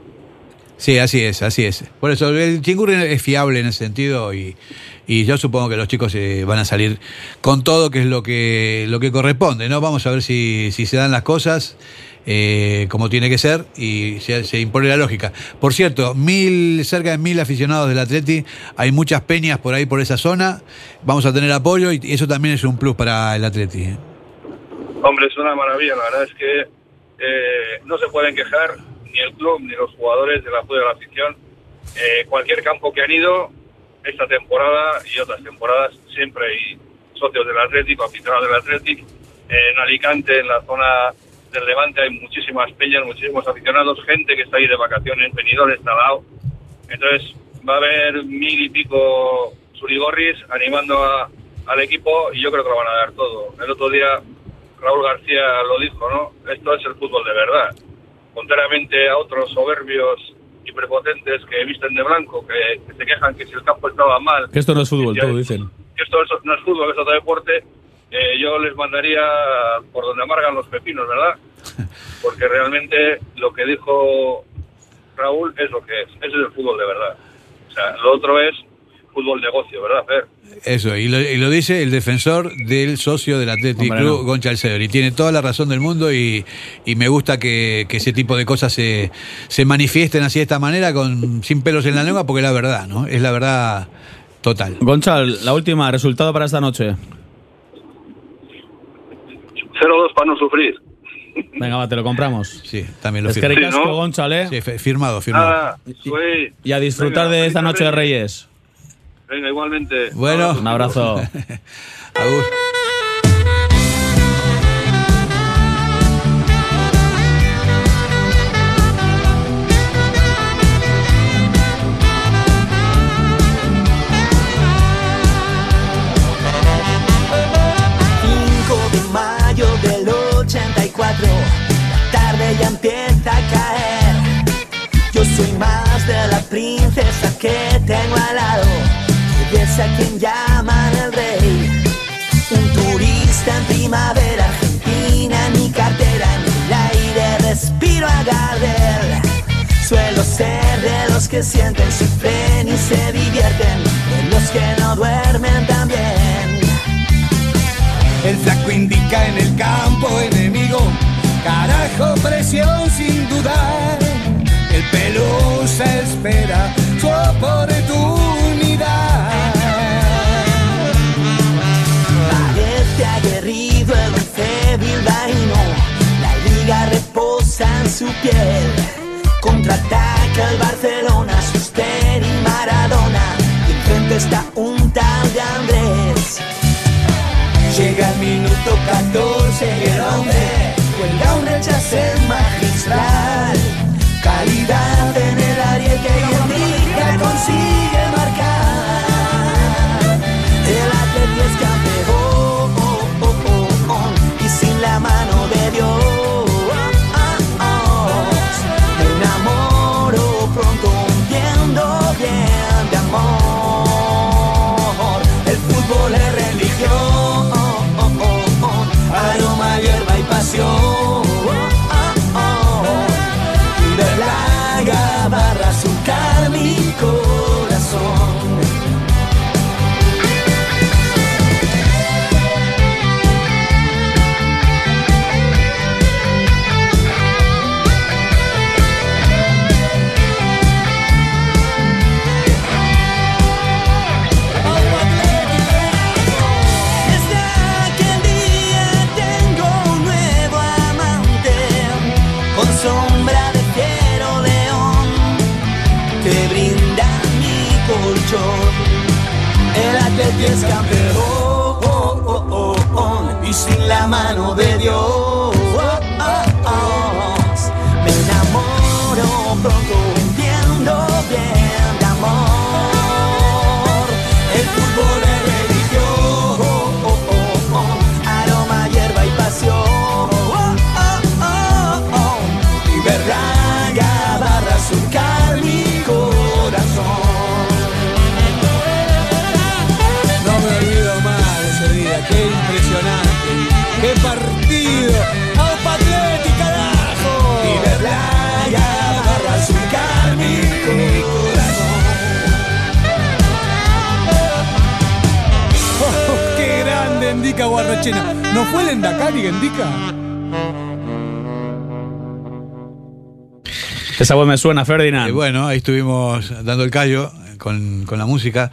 Sí, así es, así es. Por eso el Chingurri es fiable en ese sentido y, y yo supongo que los chicos eh, van a salir con todo, que es lo que lo que corresponde, ¿no? Vamos a ver si, si se dan las cosas eh, como tiene que ser y se, se impone la lógica. Por cierto, mil cerca de mil aficionados del Atleti, hay muchas peñas por ahí por esa zona, vamos a tener apoyo y eso también es un plus para el Atleti, ¿eh? Hombre, es una maravilla, la verdad es que eh, no se pueden quejar ni el club ni los jugadores del apoyo de la afición. Eh, cualquier campo que han ido esta temporada y otras temporadas siempre hay socios del Atlético, aficionados del Atlético. En Alicante, en la zona del Levante, hay muchísimas peñas, muchísimos aficionados, gente que está ahí de vacaciones, venidores, talao. Entonces va a haber mil y pico surigorris animando a, al equipo y yo creo que lo van a dar todo. El otro día Raúl García lo dijo, ¿no? Esto es el fútbol de verdad. Contrariamente a otros soberbios y prepotentes que visten de blanco, que, que se quejan que si el campo estaba mal... Que esto no es fútbol, todo dicen. Que esto no es fútbol, que es otro deporte. Eh, yo les mandaría por donde amargan los pepinos, ¿verdad? Porque realmente lo que dijo Raúl es lo que es. Ese es el fútbol de verdad. O sea, lo otro es fútbol negocio, ¿verdad, Fer? Eso, y lo, y lo dice el defensor del socio del Athletic Club, no. Gonchal Sever, y tiene toda la razón del mundo y, y me gusta que, que ese tipo de cosas se, se manifiesten así de esta manera, con sin pelos en la lengua, porque es la verdad, ¿no? Es la verdad total. Gonchal, la última, resultado para esta noche. cero dos para no sufrir. Venga, va, te lo compramos. Sí, también lo firmo. Es que ricasco, sí, ¿no? Gonchal, ¿eh? Sí, firmado, firmado. Ah, y, y a disfrutar Venga, de esta noche de Reyes. Venga, igualmente. Bueno, un abrazo. Agur. cinco de mayo del ochenta y cuatro, la tarde ya empieza a caer. Yo soy más de la princesa que tengo al lado, que es a quien llaman el rey. Un turista en primavera argentina, en mi cartera, en el aire respiro a Gardel. Suelo ser de los que sienten, sufren y se divierten, de los que no duermen también. indica en el campo enemigo. Carajo, presión sin dudar. El Pelusa espera su oportunidad. Parece aguerrido el once bilbaíno. La liga reposa en su piel. Contraataca el Barcelona, Suster y Maradona. Y enfrente está un tal de Andrés. Llega el minuto catorce y el hombre cuelga un rechace magistral. Calidad en el área que indica consigue marcar. El Atleti es campeón y sin la mano de Dios. Me enamoro pronto hundiendo bien de amor. El fútbol es religión, aroma, hierba y pasión. Barra surcar mi corazón. Desde aquel día tengo un nuevo amante con sombra de fiero león que brinda mi colchón. El Atleti es campeón y sin la mano de Dios me enamoro pronto hundiendo bien de amor. El fútbol es religión, aroma, hierba y pasión. Y Berlanga barra surcar mi corazón. No me olvido más de ese día, qué impresionante, qué partido. ¡Aupa Atleti, carajo! Y Berlanga barra surcar mi corazón. Oh, ¡qué grande Endica Guarrachena! ¿No fue el Endacari, Endica? Esa voz me suena, Ferdinand. Eh, bueno, ahí estuvimos dando el callo con, con la música.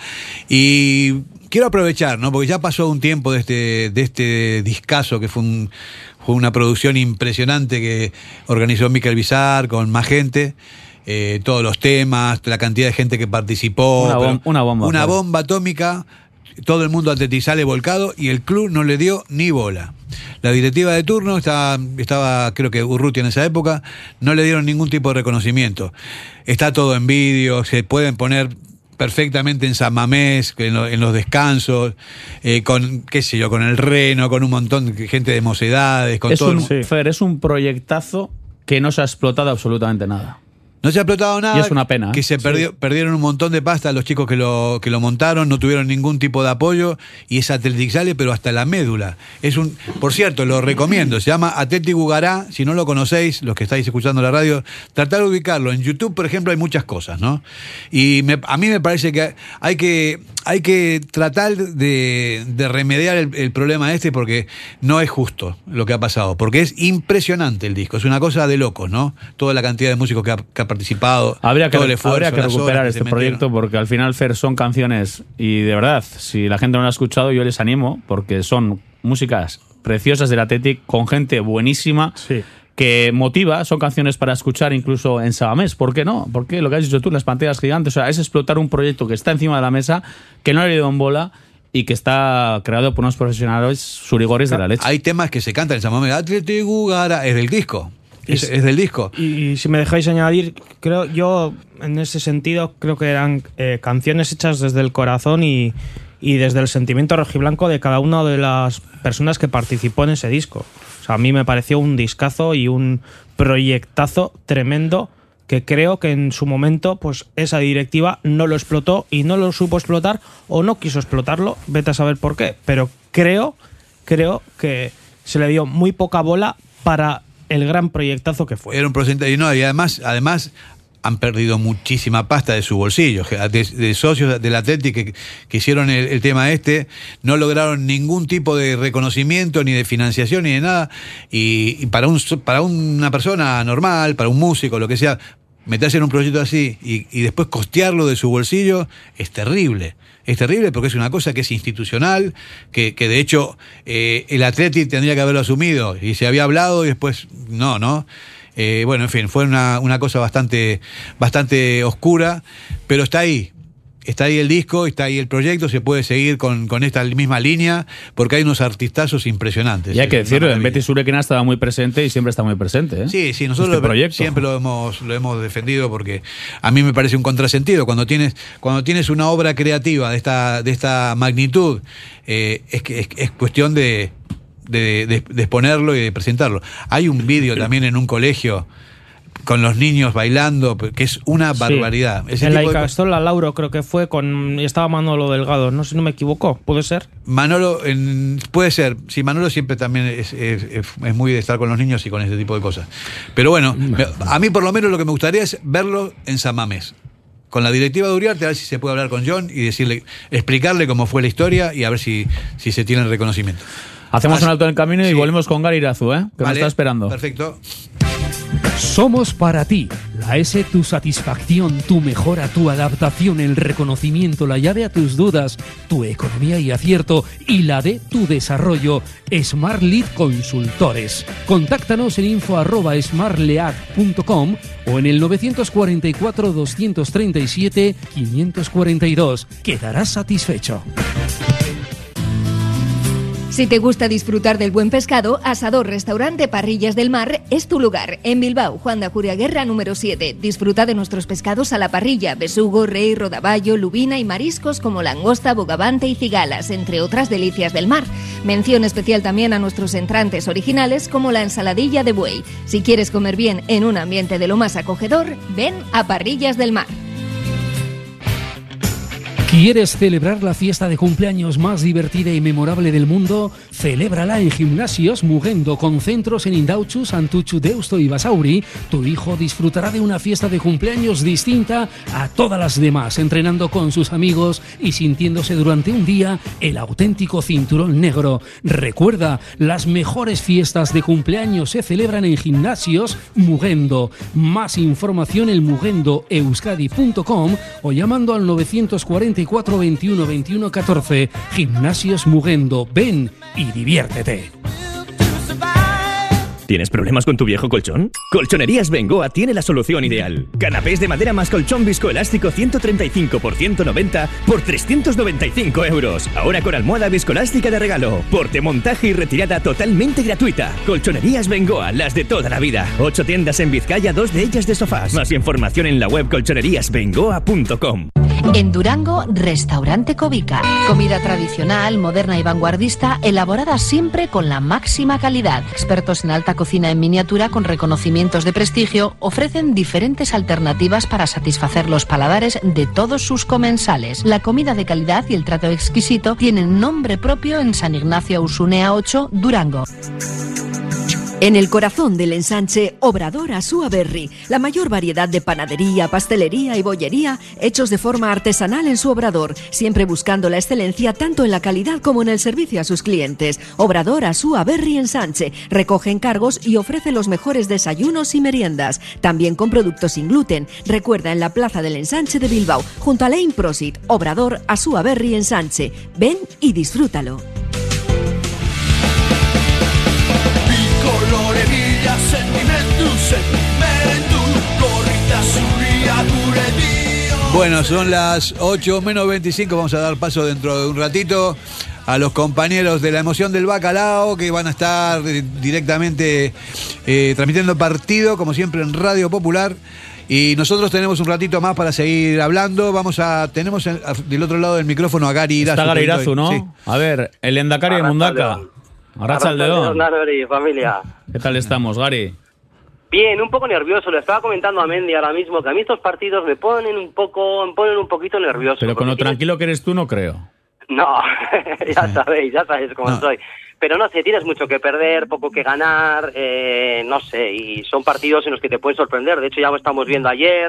Y quiero aprovechar, ¿no? Porque ya pasó un tiempo de este, de este discazo que fue, un, fue una producción impresionante que organizó Miquel Bizar con más gente. Eh, todos los temas, la cantidad de gente que participó. Una, bom- una bomba. Una claro. bomba atómica. Todo el mundo atletizale volcado y el club no le dio ni bola. La directiva de turno estaba, estaba creo que Urrutia en esa época, no le dieron ningún tipo de reconocimiento. Está todo en vídeo, se pueden poner perfectamente en San Mamés, en, lo, en los descansos, eh, con, qué sé yo, con el Reno, con un montón de gente de mocedades, con Es todo. un, el- sí. Fer, es un proyectazo que no se ha explotado absolutamente nada. No se ha explotado nada. Y es una pena, ¿eh? Que se Sí. perdió, perdieron un montón de pasta los chicos que lo, que lo montaron, no tuvieron ningún tipo de apoyo y es atletizale, pero hasta la médula. Es un, por cierto, lo recomiendo, se llama Atleti Gugará, si no lo conocéis, los que estáis escuchando la radio, tratar de ubicarlo. En YouTube, por ejemplo, hay muchas cosas, ¿no? Y me- a mí me parece que hay que, hay que tratar de, de remediar el, el problema este porque no es justo lo que ha pasado, porque es impresionante el disco, es una cosa de locos, ¿no? Toda la cantidad de músicos que ha, que ha participado, Habría que, todo el esfuerzo, habría que las horas recuperar que este se metieron. proyecto porque al final, Fer, son canciones y de verdad, si la gente no lo ha escuchado, yo les animo porque son músicas preciosas del Athletic con gente buenísima que motiva, son canciones para escuchar incluso en Sabamés, ¿por qué no? Porque lo que has dicho tú, las pantallas gigantes, o sea, es explotar un proyecto que está encima de la mesa, que no le ha ido en bola y que está creado por unos profesionales surigores de la leche. Hay temas que se cantan en San Mamés, Atleti Gugara, es del disco. Es, es del disco. Y si me dejáis añadir, creo yo en ese sentido creo que eran eh, canciones hechas desde el corazón y, y desde el sentimiento rojiblanco de cada una de las personas que participó en ese disco. O sea, a mí me pareció un discazo y un proyectazo tremendo que creo que en su momento pues esa directiva no lo explotó y no lo supo explotar o no quiso explotarlo, vete a saber por qué, pero creo, creo que se le dio muy poca bola para el gran proyectazo que fue. Era un porcentaje, y no, y además, además han perdido muchísima pasta de su bolsillo, de, de socios del Athletic que, que hicieron el, el tema este, no lograron ningún tipo de reconocimiento, ni de financiación, ni de nada, y, y para, un, para una persona normal, para un músico, lo que sea, meterse en un proyecto así y, y después costearlo de su bolsillo es terrible. Es terrible porque es una cosa que es institucional, que, que de hecho eh, el Athletic tendría que haberlo asumido y se había hablado y después no, ¿no? Eh, bueno, en fin, fue una, una cosa bastante, bastante oscura, pero está ahí. Está ahí el disco, está ahí el proyecto, se puede seguir con, con esta misma línea, porque hay unos artistazos impresionantes. Y hay que decirlo, en Betis Urequina estaba muy presente y siempre está muy presente, ¿eh? Sí, sí, nosotros este lo, siempre lo hemos, lo hemos defendido porque a mí me parece un contrasentido. Cuando tienes, cuando tienes una obra creativa de esta, de esta magnitud, eh, es, que, es, es cuestión de, de, de, de exponerlo y de presentarlo. Hay un vídeo también en un colegio con los niños bailando, que es una barbaridad. Sí. En la Icastola Lauro creo que fue con... estaba Manolo Delgado, no sé si no me equivoco, ¿puede ser? Manolo, en, puede ser, sí, Manolo siempre también es, es, es muy de estar con los niños y con este tipo de cosas. Pero bueno, a mí por lo menos lo que me gustaría es verlo en San Mamés, con la directiva de Uriarte, a ver si se puede hablar con John y decirle, explicarle cómo fue la historia y a ver si, si se tiene el reconocimiento. Hacemos Así, un alto en el camino y sí. volvemos con Gary Irazu, ¿eh? Que vale, me está esperando. Perfecto. Somos para ti. La S, tu satisfacción, tu mejora, tu adaptación, el reconocimiento, la llave a tus dudas, tu economía y acierto y la de tu desarrollo. Smart Lead Consultores. Contáctanos en info arroba smartlead punto com o en el nueve cuatro cuatro, dos tres siete, cinco cuatro dos. Quedarás satisfecho. Si te gusta disfrutar del buen pescado, Asador Restaurante Parrillas del Mar es tu lugar. En Bilbao, Juan de Ajuriaguerra número siete. Disfruta de nuestros pescados a la parrilla, besugo, rey, rodaballo, lubina y mariscos como langosta, bogavante y cigalas, entre otras delicias del mar. Mención especial también a nuestros entrantes originales como la ensaladilla de buey. Si quieres comer bien en un ambiente de lo más acogedor, ven a Parrillas del Mar. ¿Quieres celebrar la fiesta de cumpleaños más divertida y memorable del mundo? Celébrala en Gimnasios Mugendo, con centros en Indautxu, Santuchu, Deusto y Basauri. Tu hijo disfrutará de una fiesta de cumpleaños distinta a todas las demás, entrenando con sus amigos y sintiéndose durante un día el auténtico cinturón negro. Recuerda, las mejores fiestas de cumpleaños se celebran en Gimnasios Mugendo. Más información en mugendo euskadi punto com o llamando al nueve cuatro cuatro, veintiuno, veintiuno, catorce. Gimnasios Mugendo. Ven y diviértete. ¿Tienes problemas con tu viejo colchón? Colchonerías Bengoa tiene la solución ideal. Canapés de madera más colchón viscoelástico ciento treinta y cinco por ciento noventa por trescientos noventa y cinco euros. Ahora con almohada viscoelástica de regalo. Porte, montaje y retirada totalmente gratuita. Colchonerías Bengoa, las de toda la vida. Ocho tiendas en Vizcaya, dos de ellas de sofás. Más información en la web colchonerías bengoa punto com. En Durango, Restaurante Covica. Comida tradicional, moderna y vanguardista, elaborada siempre con la máxima calidad. Expertos en alta cocina en miniatura con reconocimientos de prestigio ofrecen diferentes alternativas para satisfacer los paladares de todos sus comensales. La comida de calidad y el trato exquisito tienen nombre propio en San Ignacio Ausunea ocho, Durango. En el corazón del ensanche, Obrador Asúa Berri, la mayor variedad de panadería, pastelería y bollería hechos de forma artesanal en su obrador, siempre buscando la excelencia tanto en la calidad como en el servicio a sus clientes. Obrador Asúa Berri Ensanche recoge encargos y ofrece los mejores desayunos y meriendas, también con productos sin gluten. Recuerda, en la plaza del Ensanche de Bilbao, junto a Lane Prosit, Obrador Asúa Berri Ensanche. Ven y disfrútalo. Bueno, son las ocho menos veinticinco, vamos a dar paso dentro de un ratito a los compañeros de la emoción del bacalao que van a estar directamente eh, transmitiendo partido, como siempre en Radio Popular. Y nosotros tenemos un ratito más para seguir hablando. Vamos a tenemos el, del otro lado del micrófono a Gary Irazu. Está Gary Irazu, ¿no? Sí. A ver, el Endacari de Mundaka. Arratsaldeon. Familia. ¿Qué tal estamos, Gary? Bien, un poco nervioso. Le estaba comentando a Mendy ahora mismo que a mí estos partidos me ponen un poco, me ponen un poquito nervioso. Pero con lo tienes... tranquilo que eres tú, no creo. No, ya sabéis, ya sabéis cómo no. soy. Pero no sé, tienes mucho que perder, poco que ganar, eh, no sé, y son partidos en los que te pueden sorprender. De hecho, ya lo estamos viendo ayer,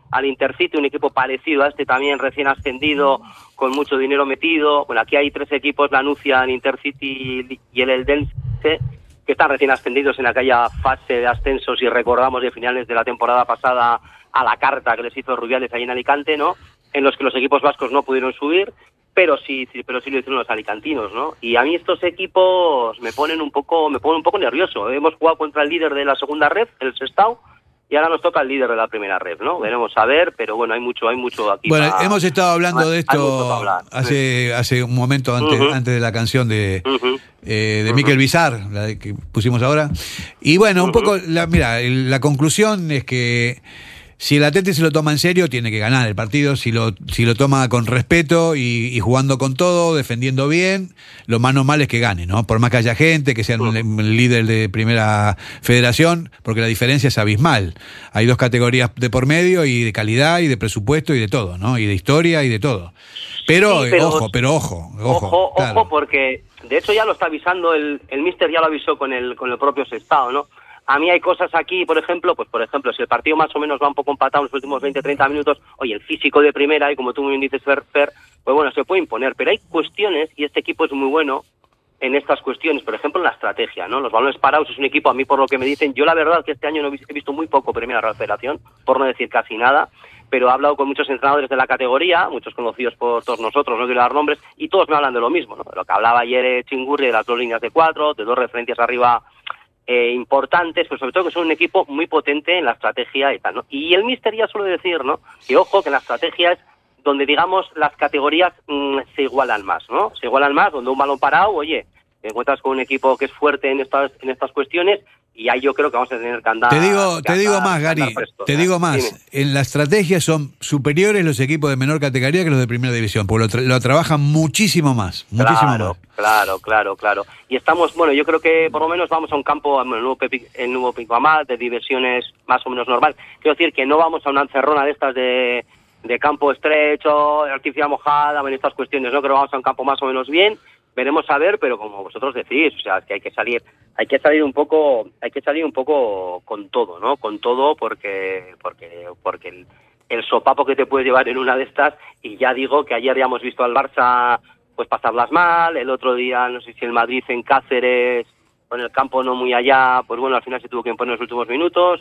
al Intercity, un equipo parecido a este también, recién ascendido, con mucho dinero metido. Bueno, aquí hay tres equipos, la Nucia, el Intercity y el Eldense, que están recién ascendidos en aquella fase de ascensos, y recordamos de finales de la temporada pasada a la carta que les hizo Rubiales ahí en Alicante, ¿no? En los que los equipos vascos no pudieron subir, pero sí, sí, pero sí lo hicieron los alicantinos, ¿no? Y a mí estos equipos me ponen un poco, me ponen un poco nervioso. Hemos jugado contra el líder de la segunda red, el Sestao, y ahora nos toca el líder de la primera red, ¿no? Veremos a ver, pero bueno, hay mucho, hay mucho aquí. Bueno, para, hemos estado hablando hay, de esto hace, hace un momento antes, uh-huh. antes de la canción de, uh-huh. eh, de uh-huh. Miquel Bizar, la que pusimos ahora. Y bueno, un uh-huh. poco, la, mira, la conclusión es que si el Atleti se lo toma en serio, tiene que ganar el partido. Si lo, si lo toma con respeto y, y jugando con todo, defendiendo bien, lo más normal es que gane, ¿no? Por más que haya gente, que sea un, un líder de primera federación, porque la diferencia es abismal. Hay dos categorías de por medio, y de calidad, y de presupuesto, y de todo, ¿no? Y de historia, y de todo. Pero, sí, pero ojo, pero ojo, ojo. Ojo, claro. ojo, porque de hecho ya lo está avisando, el, el míster ya lo avisó con el, con el propio Sestao, ¿no? A mí hay cosas aquí, por ejemplo, pues por ejemplo, si el partido más o menos va un poco empatado en los últimos veinte a treinta minutos, oye, el físico de primera, y como tú muy bien dices, Fer, Fer, pues bueno, se puede imponer, pero hay cuestiones, y este equipo es muy bueno en estas cuestiones, por ejemplo, en la estrategia, ¿no? Los balones parados es un equipo, a mí por lo que me dicen, yo la verdad que este año no he visto muy poco Primera Real Federación, por no decir casi nada, pero he hablado con muchos entrenadores de la categoría, muchos conocidos por todos nosotros, no quiero dar nombres, y todos me hablan de lo mismo, ¿no? De lo que hablaba ayer Chingurri, de las dos líneas de cuatro, de dos referencias arriba Eh, importantes, pero sobre todo que son un equipo muy potente en la estrategia y tal, ¿no? Y el míster ya suele decir, ¿no? Que ojo, que la estrategia es donde, digamos, las categorías mmm, se igualan más, ¿no? Se igualan más, donde un balón parado, oye, te encuentras con un equipo que es fuerte en estas en estas cuestiones, y ahí yo creo que vamos a tener que andar. Te digo, que te digo andar, más, Gary, presto, te ¿eh? digo más. Dime. En la estrategia son superiores los equipos de menor categoría que los de primera división, porque lo, tra- lo trabajan muchísimo más, muchísimo Claro, más. claro, claro, claro. Y estamos, bueno, yo creo que por lo menos vamos a un campo, bueno, el nuevo, Pepi, el nuevo Pico Amat, de divisiones más o menos normal. Quiero decir que no vamos a una encerrona de estas de, de campo estrecho, de artificial mojada, en estas cuestiones, ¿no? Creo que vamos a un campo más o menos bien. Veremos a ver, pero como vosotros decís, o sea, que hay que salir, hay que salir un poco, hay que salir un poco con todo, ¿no? Con todo, porque, porque, porque el, el sopapo que te puedes llevar en una de estas, y ya digo que ayer ya hemos visto al Barça pues pasarlas mal, el otro día, no sé si el Madrid en Cáceres, con el campo no muy allá, pues bueno, al final se tuvo que imponer en los últimos minutos,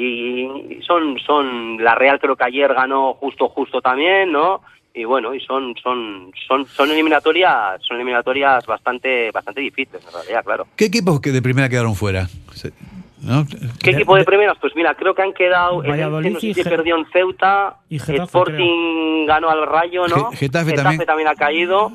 y son, son, la Real creo que ayer ganó justo, justo también, ¿no? Y bueno, y son son son son eliminatorias son eliminatorias bastante bastante difíciles en realidad, claro. ¿Qué equipos que de primera quedaron fuera? ¿No? ¿Qué equipo de primeras? Pues mira, creo que han quedado el Valladolid, no sé y si Ge- perdió en Ceuta, y Getafe, Sporting ganó al Rayo, ¿no? Ge- Getafe también. también ha caído,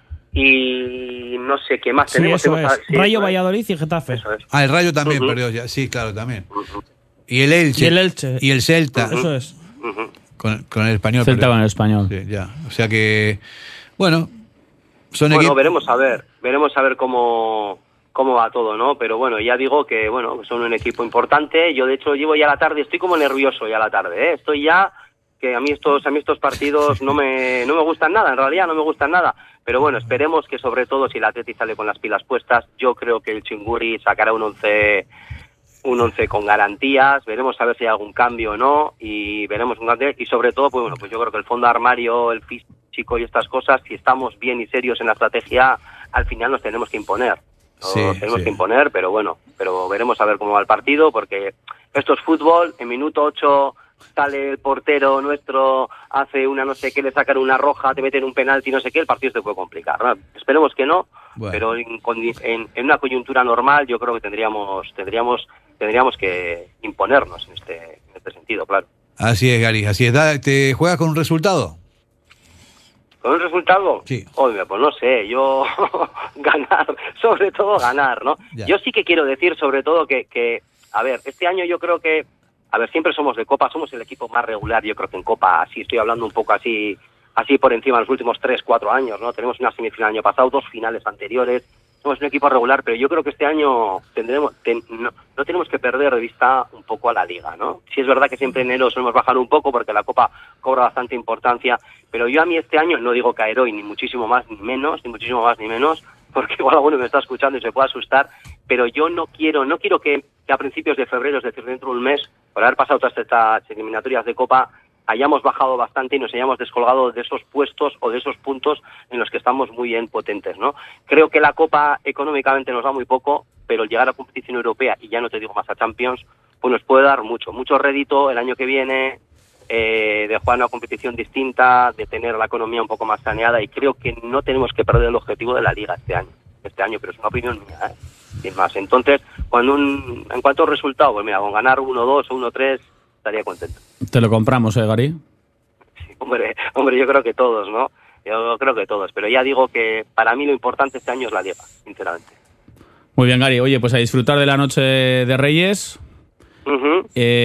y no sé qué más Sí, tenemos. eso Tenemos- es. sí, Rayo eso es. Valladolid y Getafe. Eso es. Ah, el Rayo también Uh-huh. perdió ya, sí, claro, también. Y el Elche. Y el Elche. Y el Celta. Eso es. Uh-huh. Con, con el español. Celta perdió. con el español. Sí, ya. O sea que, bueno, son Bueno, equipos. veremos a ver, veremos a ver cómo cómo va todo, ¿no? Pero bueno, ya digo que bueno, que son un equipo importante. Yo de hecho llevo ya la tarde, estoy como nervioso ya la tarde, ¿eh? Estoy ya que a mí estos a mí estos partidos no me no me gustan nada, en realidad no me gustan nada. Pero bueno, esperemos que sobre todo si el Atleti sale con las pilas puestas, yo creo que el Chingurri sacará un once un once con garantías, veremos a ver si hay algún cambio o no, y veremos un cambio, y sobre todo, pues bueno, pues yo creo que el fondo de armario, el físico y estas cosas, si estamos bien y serios en la estrategia, al final nos tenemos que imponer. Nos Sí, tenemos sí. que imponer, pero bueno, pero veremos a ver cómo va el partido, porque esto es fútbol, en minuto ocho sale el portero nuestro, hace una no sé qué, le sacan una roja, te meten un penalti, no sé qué, el partido se puede complicar, ¿no? Esperemos que no, Bueno. pero en, condi- en, en una coyuntura normal yo creo que tendríamos tendríamos tendríamos que imponernos en este en este sentido, claro. Así es, Gary, así es. Da- ¿Te juegas con un resultado? ¿Con un resultado? Sí. Oye, pues no sé, yo ganar, sobre todo ganar, ¿no? Ya. Yo sí que quiero decir sobre todo que, que, a ver, este año yo creo que, a ver, siempre somos de Copa, somos el equipo más regular, yo creo que en Copa, así estoy hablando un poco así, así por encima de los últimos tres, cuatro años, ¿no? Tenemos una semifinal el año pasado, dos finales anteriores, somos un equipo regular, pero yo creo que este año tendremos, ten- no, no tenemos que perder de vista un poco a la Liga, ¿no? Sí es verdad que siempre en enero solemos bajar un poco porque la Copa cobra bastante importancia, pero yo a mí este año no digo caer hoy, ni muchísimo más ni menos, ni muchísimo más ni menos, porque igual alguno me está escuchando y se puede asustar, pero yo no quiero, no quiero que, que a principios de febrero, es decir, dentro de un mes, por haber pasado todas estas eliminatorias de Copa, hayamos bajado bastante y nos hayamos descolgado de esos puestos o de esos puntos en los que estamos muy bien potentes, ¿no? Creo que la Copa económicamente nos da muy poco, pero el llegar a competición europea, y ya no te digo más a Champions, pues nos puede dar mucho, mucho rédito el año que viene, eh, de jugar una competición distinta, de tener la economía un poco más saneada, y creo que no tenemos que perder el objetivo de la Liga este año, este año, pero es una opinión mía, ¿eh? Sin más. Entonces, cuando un, en cuanto al resultado, pues mira, con ganar uno dos o uno tres, estaría contento. Te lo compramos, ¿eh, Gary? Sí, hombre, hombre, yo creo que todos, ¿no? Yo creo que todos, pero ya digo que para mí lo importante este año es la Liga, sinceramente. Muy bien, Gary. Oye, pues a disfrutar de la noche de Reyes. Uh-huh.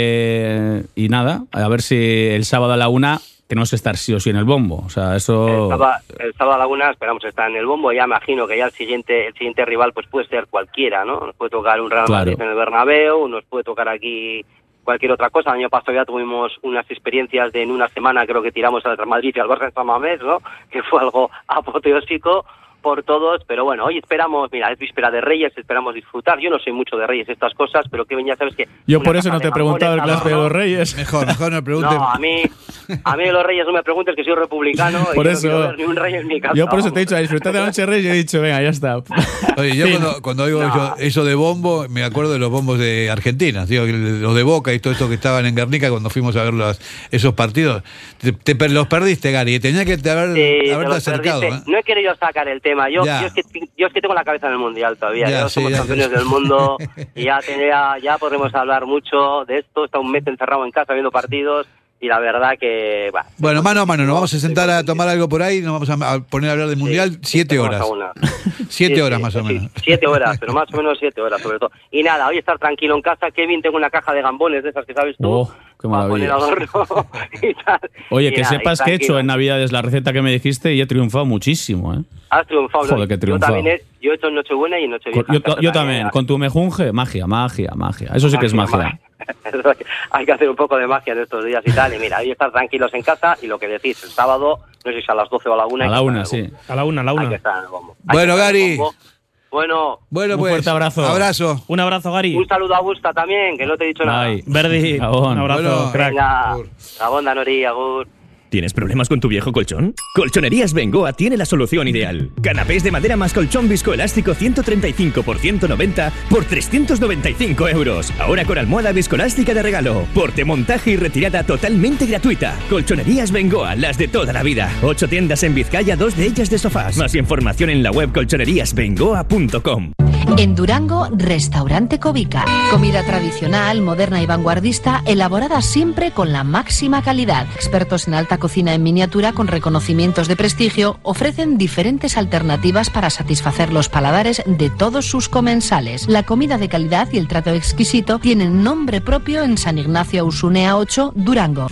Eh, y nada, a ver si el sábado a la una tenemos que estar sí o sí en el bombo. O sea, eso... El sábado, el sábado a la una esperamos estar en el bombo. Ya imagino que ya el siguiente el siguiente rival pues puede ser cualquiera, ¿no? Nos puede tocar un Real Madrid Claro. en el Bernabéu, nos puede tocar aquí cualquier otra cosa. El año pasado ya tuvimos unas experiencias de en una semana, creo que tiramos al Real Madrid y al Barça en San Mamés, ¿no? Que fue algo apoteósico por todos, pero bueno, hoy esperamos, mira, es víspera de Reyes, esperamos disfrutar. Yo no soy mucho de Reyes estas cosas, pero Kevin, ya sabes que... Yo una por eso caja no te de he preguntado el gambones, clase de ¿no? los Reyes. Mejor, mejor no preguntes. No, a mí, a mí de los Reyes no me preguntes, que soy republicano Por y eso- no quiero ver ni un rey en mi casa. Yo por eso te he dicho, a disfrutar de la noche de Reyes y he dicho, venga, ya está. Oye, yo Sí. cuando, cuando oigo yo eso de bombo, me acuerdo de los bombos de Argentina, tío, los de Boca y todo esto que estaban en Guernica cuando fuimos a ver los, esos partidos. Te, te per- los perdiste, Gary, tenías que te haber, Sí, te haberte los acercado. perdiste. ¿eh? No he querido sacar el tema. Yo, Ya. yo, es, que, yo es que tengo la cabeza en el Mundial todavía. Ya, Ya, sí, somos ya, campeones ya. del mundo y ya, tenía, ya podremos hablar mucho de esto. Está un mes encerrado en casa viendo partidos y la verdad que... Bah, Bueno, mano a mano, nos vamos a sentar a tomar algo por ahí, nos vamos a a poner a hablar del Mundial siete tenemos horas. a una. Siete Sí, horas sí, más o sí, menos. Siete horas, pero más o menos siete horas sobre todo. Y nada, hoy estar tranquilo en casa. Kevin, tengo una caja de gambones de esas que sabes tú. Oh, qué para poner maravilla. adorno y tal. Oye, Y que nada, y sepas que he hecho tranquilo. en Navidades la receta que me dijiste y he triunfado muchísimo, ¿eh? Has triunfado. ¿no? Joder, que he yo triunfado. también he, yo he hecho en Nochebuena y en Nochevieja. Con- yo, en casa yo también, ¿eh? con tu mejunje, magia, magia, magia. Eso sí que es magia. Hay que hacer un poco de magia en estos días y tal. Y mira, hoy estar tranquilos en casa y lo que decís, el sábado, no sé si a las doce o a la una. A hay la que una, estar en el sí. bombo. A la una, a la Hay una. que estar en el bombo. Hay Bueno, que estar en el Gary. bombo. Bueno, Bueno, Un pues. fuerte abrazo. Abrazo. Un abrazo, Gary. un saludo a Busta también, que no te he dicho nada. Ay. Verdi, Gabón. un abrazo, Bueno, crack. Venga, Gabón, Danori, agur. ¿Tienes problemas con tu viejo colchón? Colchonerías Bengoa tiene la solución ideal. Canapés de madera más colchón viscoelástico ciento treinta y cinco por ciento noventa por trescientos noventa y cinco euros. Ahora con almohada viscoelástica de regalo. Porte, montaje y retirada totalmente gratuita. Colchonerías Bengoa, las de toda la vida. Ocho tiendas en Vizcaya, dos de ellas de sofás. Más información en la web colchonerías bengoa punto com. En Durango, Restaurante Covica. Comida tradicional, moderna y vanguardista, elaborada siempre con la máxima calidad. Expertos en alta cocina en miniatura con reconocimientos de prestigio ofrecen diferentes alternativas para satisfacer los paladares de todos sus comensales. La comida de calidad y el trato exquisito tienen nombre propio en San Ignacio Ausunea ocho, Durango.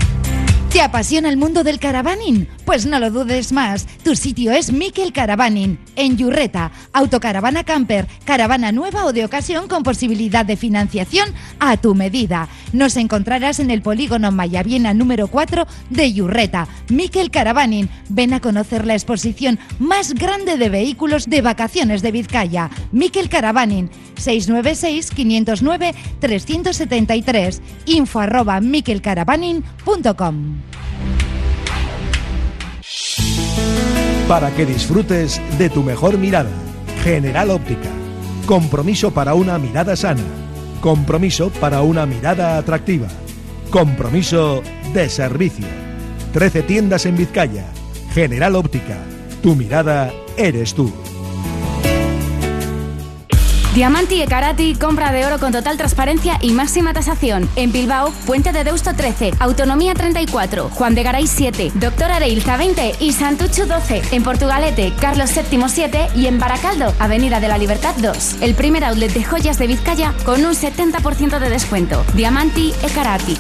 ¿Te apasiona el mundo del caravaning? Pues no lo dudes más. Tu sitio es Miquel Caravaning, en Yurreta. Autocaravana camper, caravana nueva o de ocasión con posibilidad de financiación a tu medida. Nos encontrarás en el polígono Mayaviena número cuatro de Yurreta. Miquel Caravaning. Ven a conocer la exposición más grande de vehículos de vacaciones de Vizcaya. Miquel Caravaning. seis nueve seis, quinientos nueve, trescientos setenta y tres. Info arroba miquelcaravaning punto com. Para que disfrutes de tu mejor mirada. General Óptica. Compromiso para una mirada sana. Compromiso para una mirada atractiva. Compromiso de servicio. trece tiendas en Vizcaya. General Óptica. Tu mirada eres tú. Diamanti e Karati, compra de oro con total transparencia y máxima tasación. En Bilbao, Puente de Deusto trece, Autonomía treinta y cuatro, Juan de Garay siete, Doctor Areilza veinte y Santucho doce. En Portugalete, Carlos séptimo siete y en Baracaldo, Avenida de la Libertad dos. El primer outlet de joyas de Vizcaya con un setenta por ciento de descuento. Diamanti e Karati.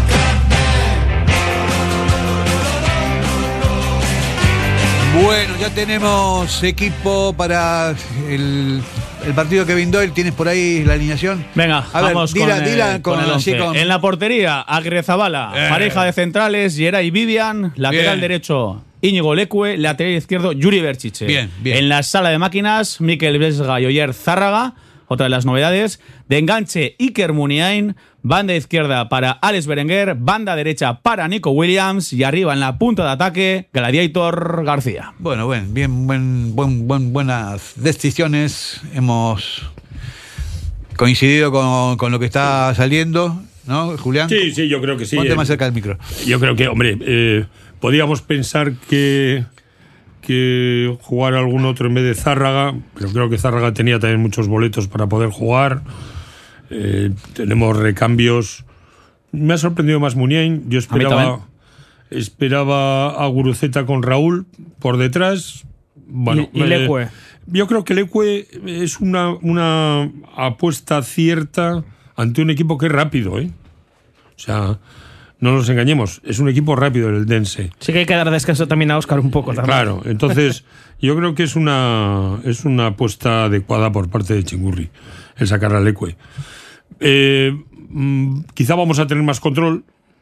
Bueno, ya tenemos equipo para el, el partido Kevin Doyle. ¿Tienes por ahí la alineación? Venga, a ver, vamos dila, con, dila el, con, con el así once. con- En la portería, Aguirrezabala, Eh. pareja de centrales, Geray Vivian, lateral Bien. derecho, Íñigo Leque, lateral izquierdo, Yuri Berchiche. Bien, bien. En la sala de máquinas, Mikel Vesga y Oyer Zárraga, otra de las novedades. De enganche, Iker Muniain, banda izquierda para Alex Berenguer, banda derecha para Nico Williams y arriba en la punta de ataque, Gladiator García. Bueno, bueno, bien, buen, buen, buen, buenas decisiones. Hemos coincidido con, con lo que está saliendo, ¿no, Julián? Sí, sí, yo creo que sí. Ponte Eh, más cerca del micro. Yo creo que, hombre, eh, podíamos pensar que, que jugar algún otro en vez de Zárraga, pero creo que Zárraga tenía también muchos boletos para poder jugar. Eh, tenemos recambios. Me ha sorprendido más Muniain. Yo esperaba, esperaba a Guruceta con Raúl por detrás. Bueno, Y- y eh, Leque. yo creo que Leque es una, una apuesta cierta ante un equipo que es rápido, ¿eh? O sea, no nos engañemos, es un equipo rápido el Dense. Sí que hay que dar descanso también a Óscar un poco también. Claro, entonces yo creo que es una es una apuesta adecuada por parte de Chingurri el sacar a Leque. Eh, mm, quizá vamos a tener más control.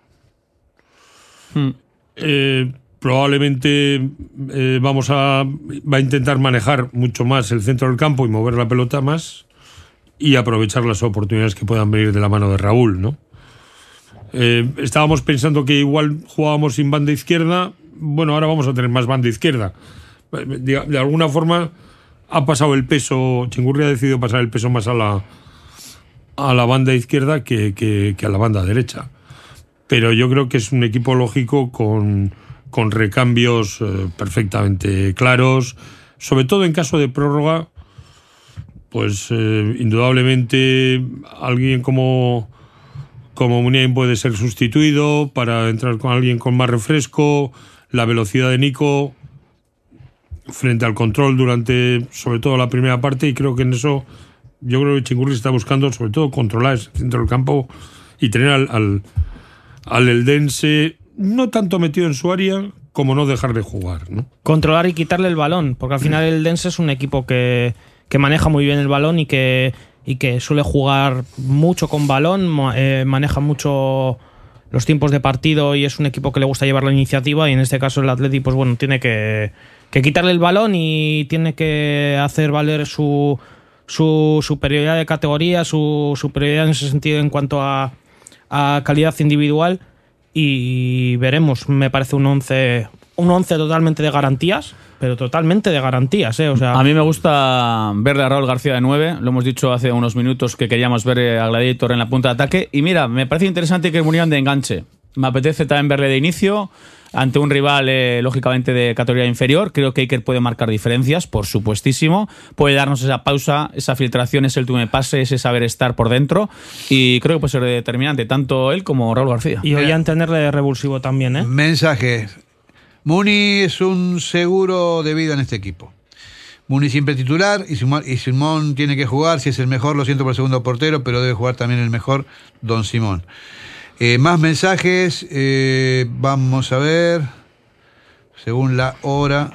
Eh, probablemente eh, vamos a va a intentar manejar mucho más el centro del campo y mover la pelota más y aprovechar las oportunidades que puedan venir de la mano de Raúl, ¿no? Eh, estábamos pensando que igual jugábamos sin banda izquierda. Bueno, ahora vamos a tener más banda izquierda. De, de alguna forma ha pasado el peso. Chingurri ha decidido pasar el peso más a la a la banda izquierda que, que, que a la banda derecha. Pero yo creo que es un equipo lógico con, con recambios eh, perfectamente claros. Sobre todo en caso de prórroga, pues eh, indudablemente alguien como como Muniain puede ser sustituido para entrar con alguien con más refresco, la velocidad de Nico frente al control durante sobre todo la primera parte, y creo que en eso yo creo que Chingurri está buscando sobre todo controlar ese centro del campo y tener al, al, al eldense no tanto metido en su área como no dejar de jugar, ¿no? Controlar y quitarle el balón, porque al final el Dense es un equipo que, que maneja muy bien el balón y que, y que suele jugar mucho con balón, ma- eh, maneja mucho los tiempos de partido y es un equipo que le gusta llevar la iniciativa, y en este caso el Atleti pues bueno, tiene que, que quitarle el balón y tiene que hacer valer su, su superioridad de categoría, su superioridad en ese sentido en cuanto a, a calidad individual, y veremos. Me parece un once un once totalmente de garantías, pero totalmente de garantías, ¿eh? O sea, A mí me gusta verle a Raúl García de nueve. Lo hemos dicho hace unos minutos que queríamos ver a Gladiator en la punta de ataque. Y mira, me parece interesante que Muniain de enganche. Me apetece también verle de inicio ante un rival, eh, lógicamente, de categoría inferior. Creo que Iker puede marcar diferencias, por supuestísimo. Puede darnos esa pausa, esa filtración, ese último pase, ese saber estar por dentro. Y creo que puede ser determinante, tanto él como Raúl García. y hoy a tenerle revulsivo también, ¿eh? Mensaje. Muni es un seguro de vida en este equipo. Muni siempre titular y Simón, y Simón tiene que jugar. Si es el mejor, lo siento por el segundo portero, pero debe jugar también el mejor, Don Simón. Eh, más mensajes. eh, vamos a ver. Según la hora.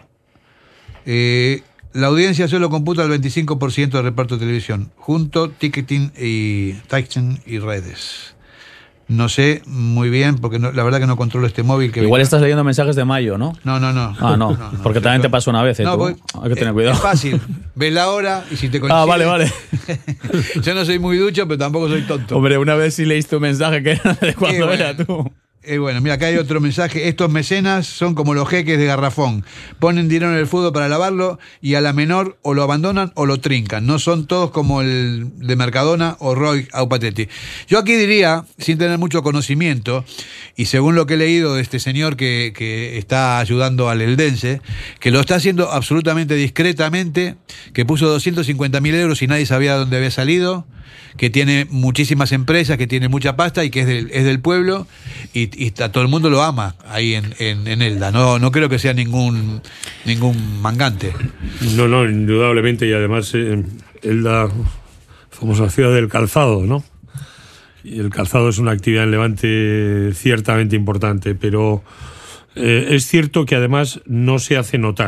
Eh, la audiencia solo computa el veinticinco por ciento del reparto de televisión. Junto, ticketing y, ticketing y redes. No sé muy bien, porque no- la verdad que no controlo este móvil. Que Igual vi- estás leyendo mensajes de mayo, ¿no? No, no, no. Ah, no, porque también te pasó una vez, ¿eh? No, tú. voy- Hay que tener eh, cuidado. Es fácil. Ves la hora y si te coincide. Ah, vale, vale. Yo no soy muy ducho, pero tampoco soy tonto. Hombre, una vez sí leíste un mensaje que era de cuando Eh, era bueno. tú. Eh, bueno, mira, acá hay otro mensaje. Estos mecenas son como los jeques de garrafón. Ponen dinero en el fútbol para lavarlo y a la menor o lo abandonan o lo trincan. No son todos como el de Mercadona o Roy Aupatetti. Yo aquí diría, sin tener mucho conocimiento, y según lo que he leído de este señor que, que está ayudando al eldense, que lo está haciendo absolutamente discretamente, que puso doscientos cincuenta mil euros y nadie sabía de dónde había salido, que tiene muchísimas empresas, que tiene mucha pasta y que es del, es del pueblo, y, y a todo el mundo lo ama ahí en, en, en Elda. No, no creo que sea ningún ningún mangante. No, no, indudablemente, y además eh, Elda, famosa ciudad del calzado, ¿no? Y el calzado es una actividad en Levante ciertamente importante, pero eh, es cierto que además no se hace notar.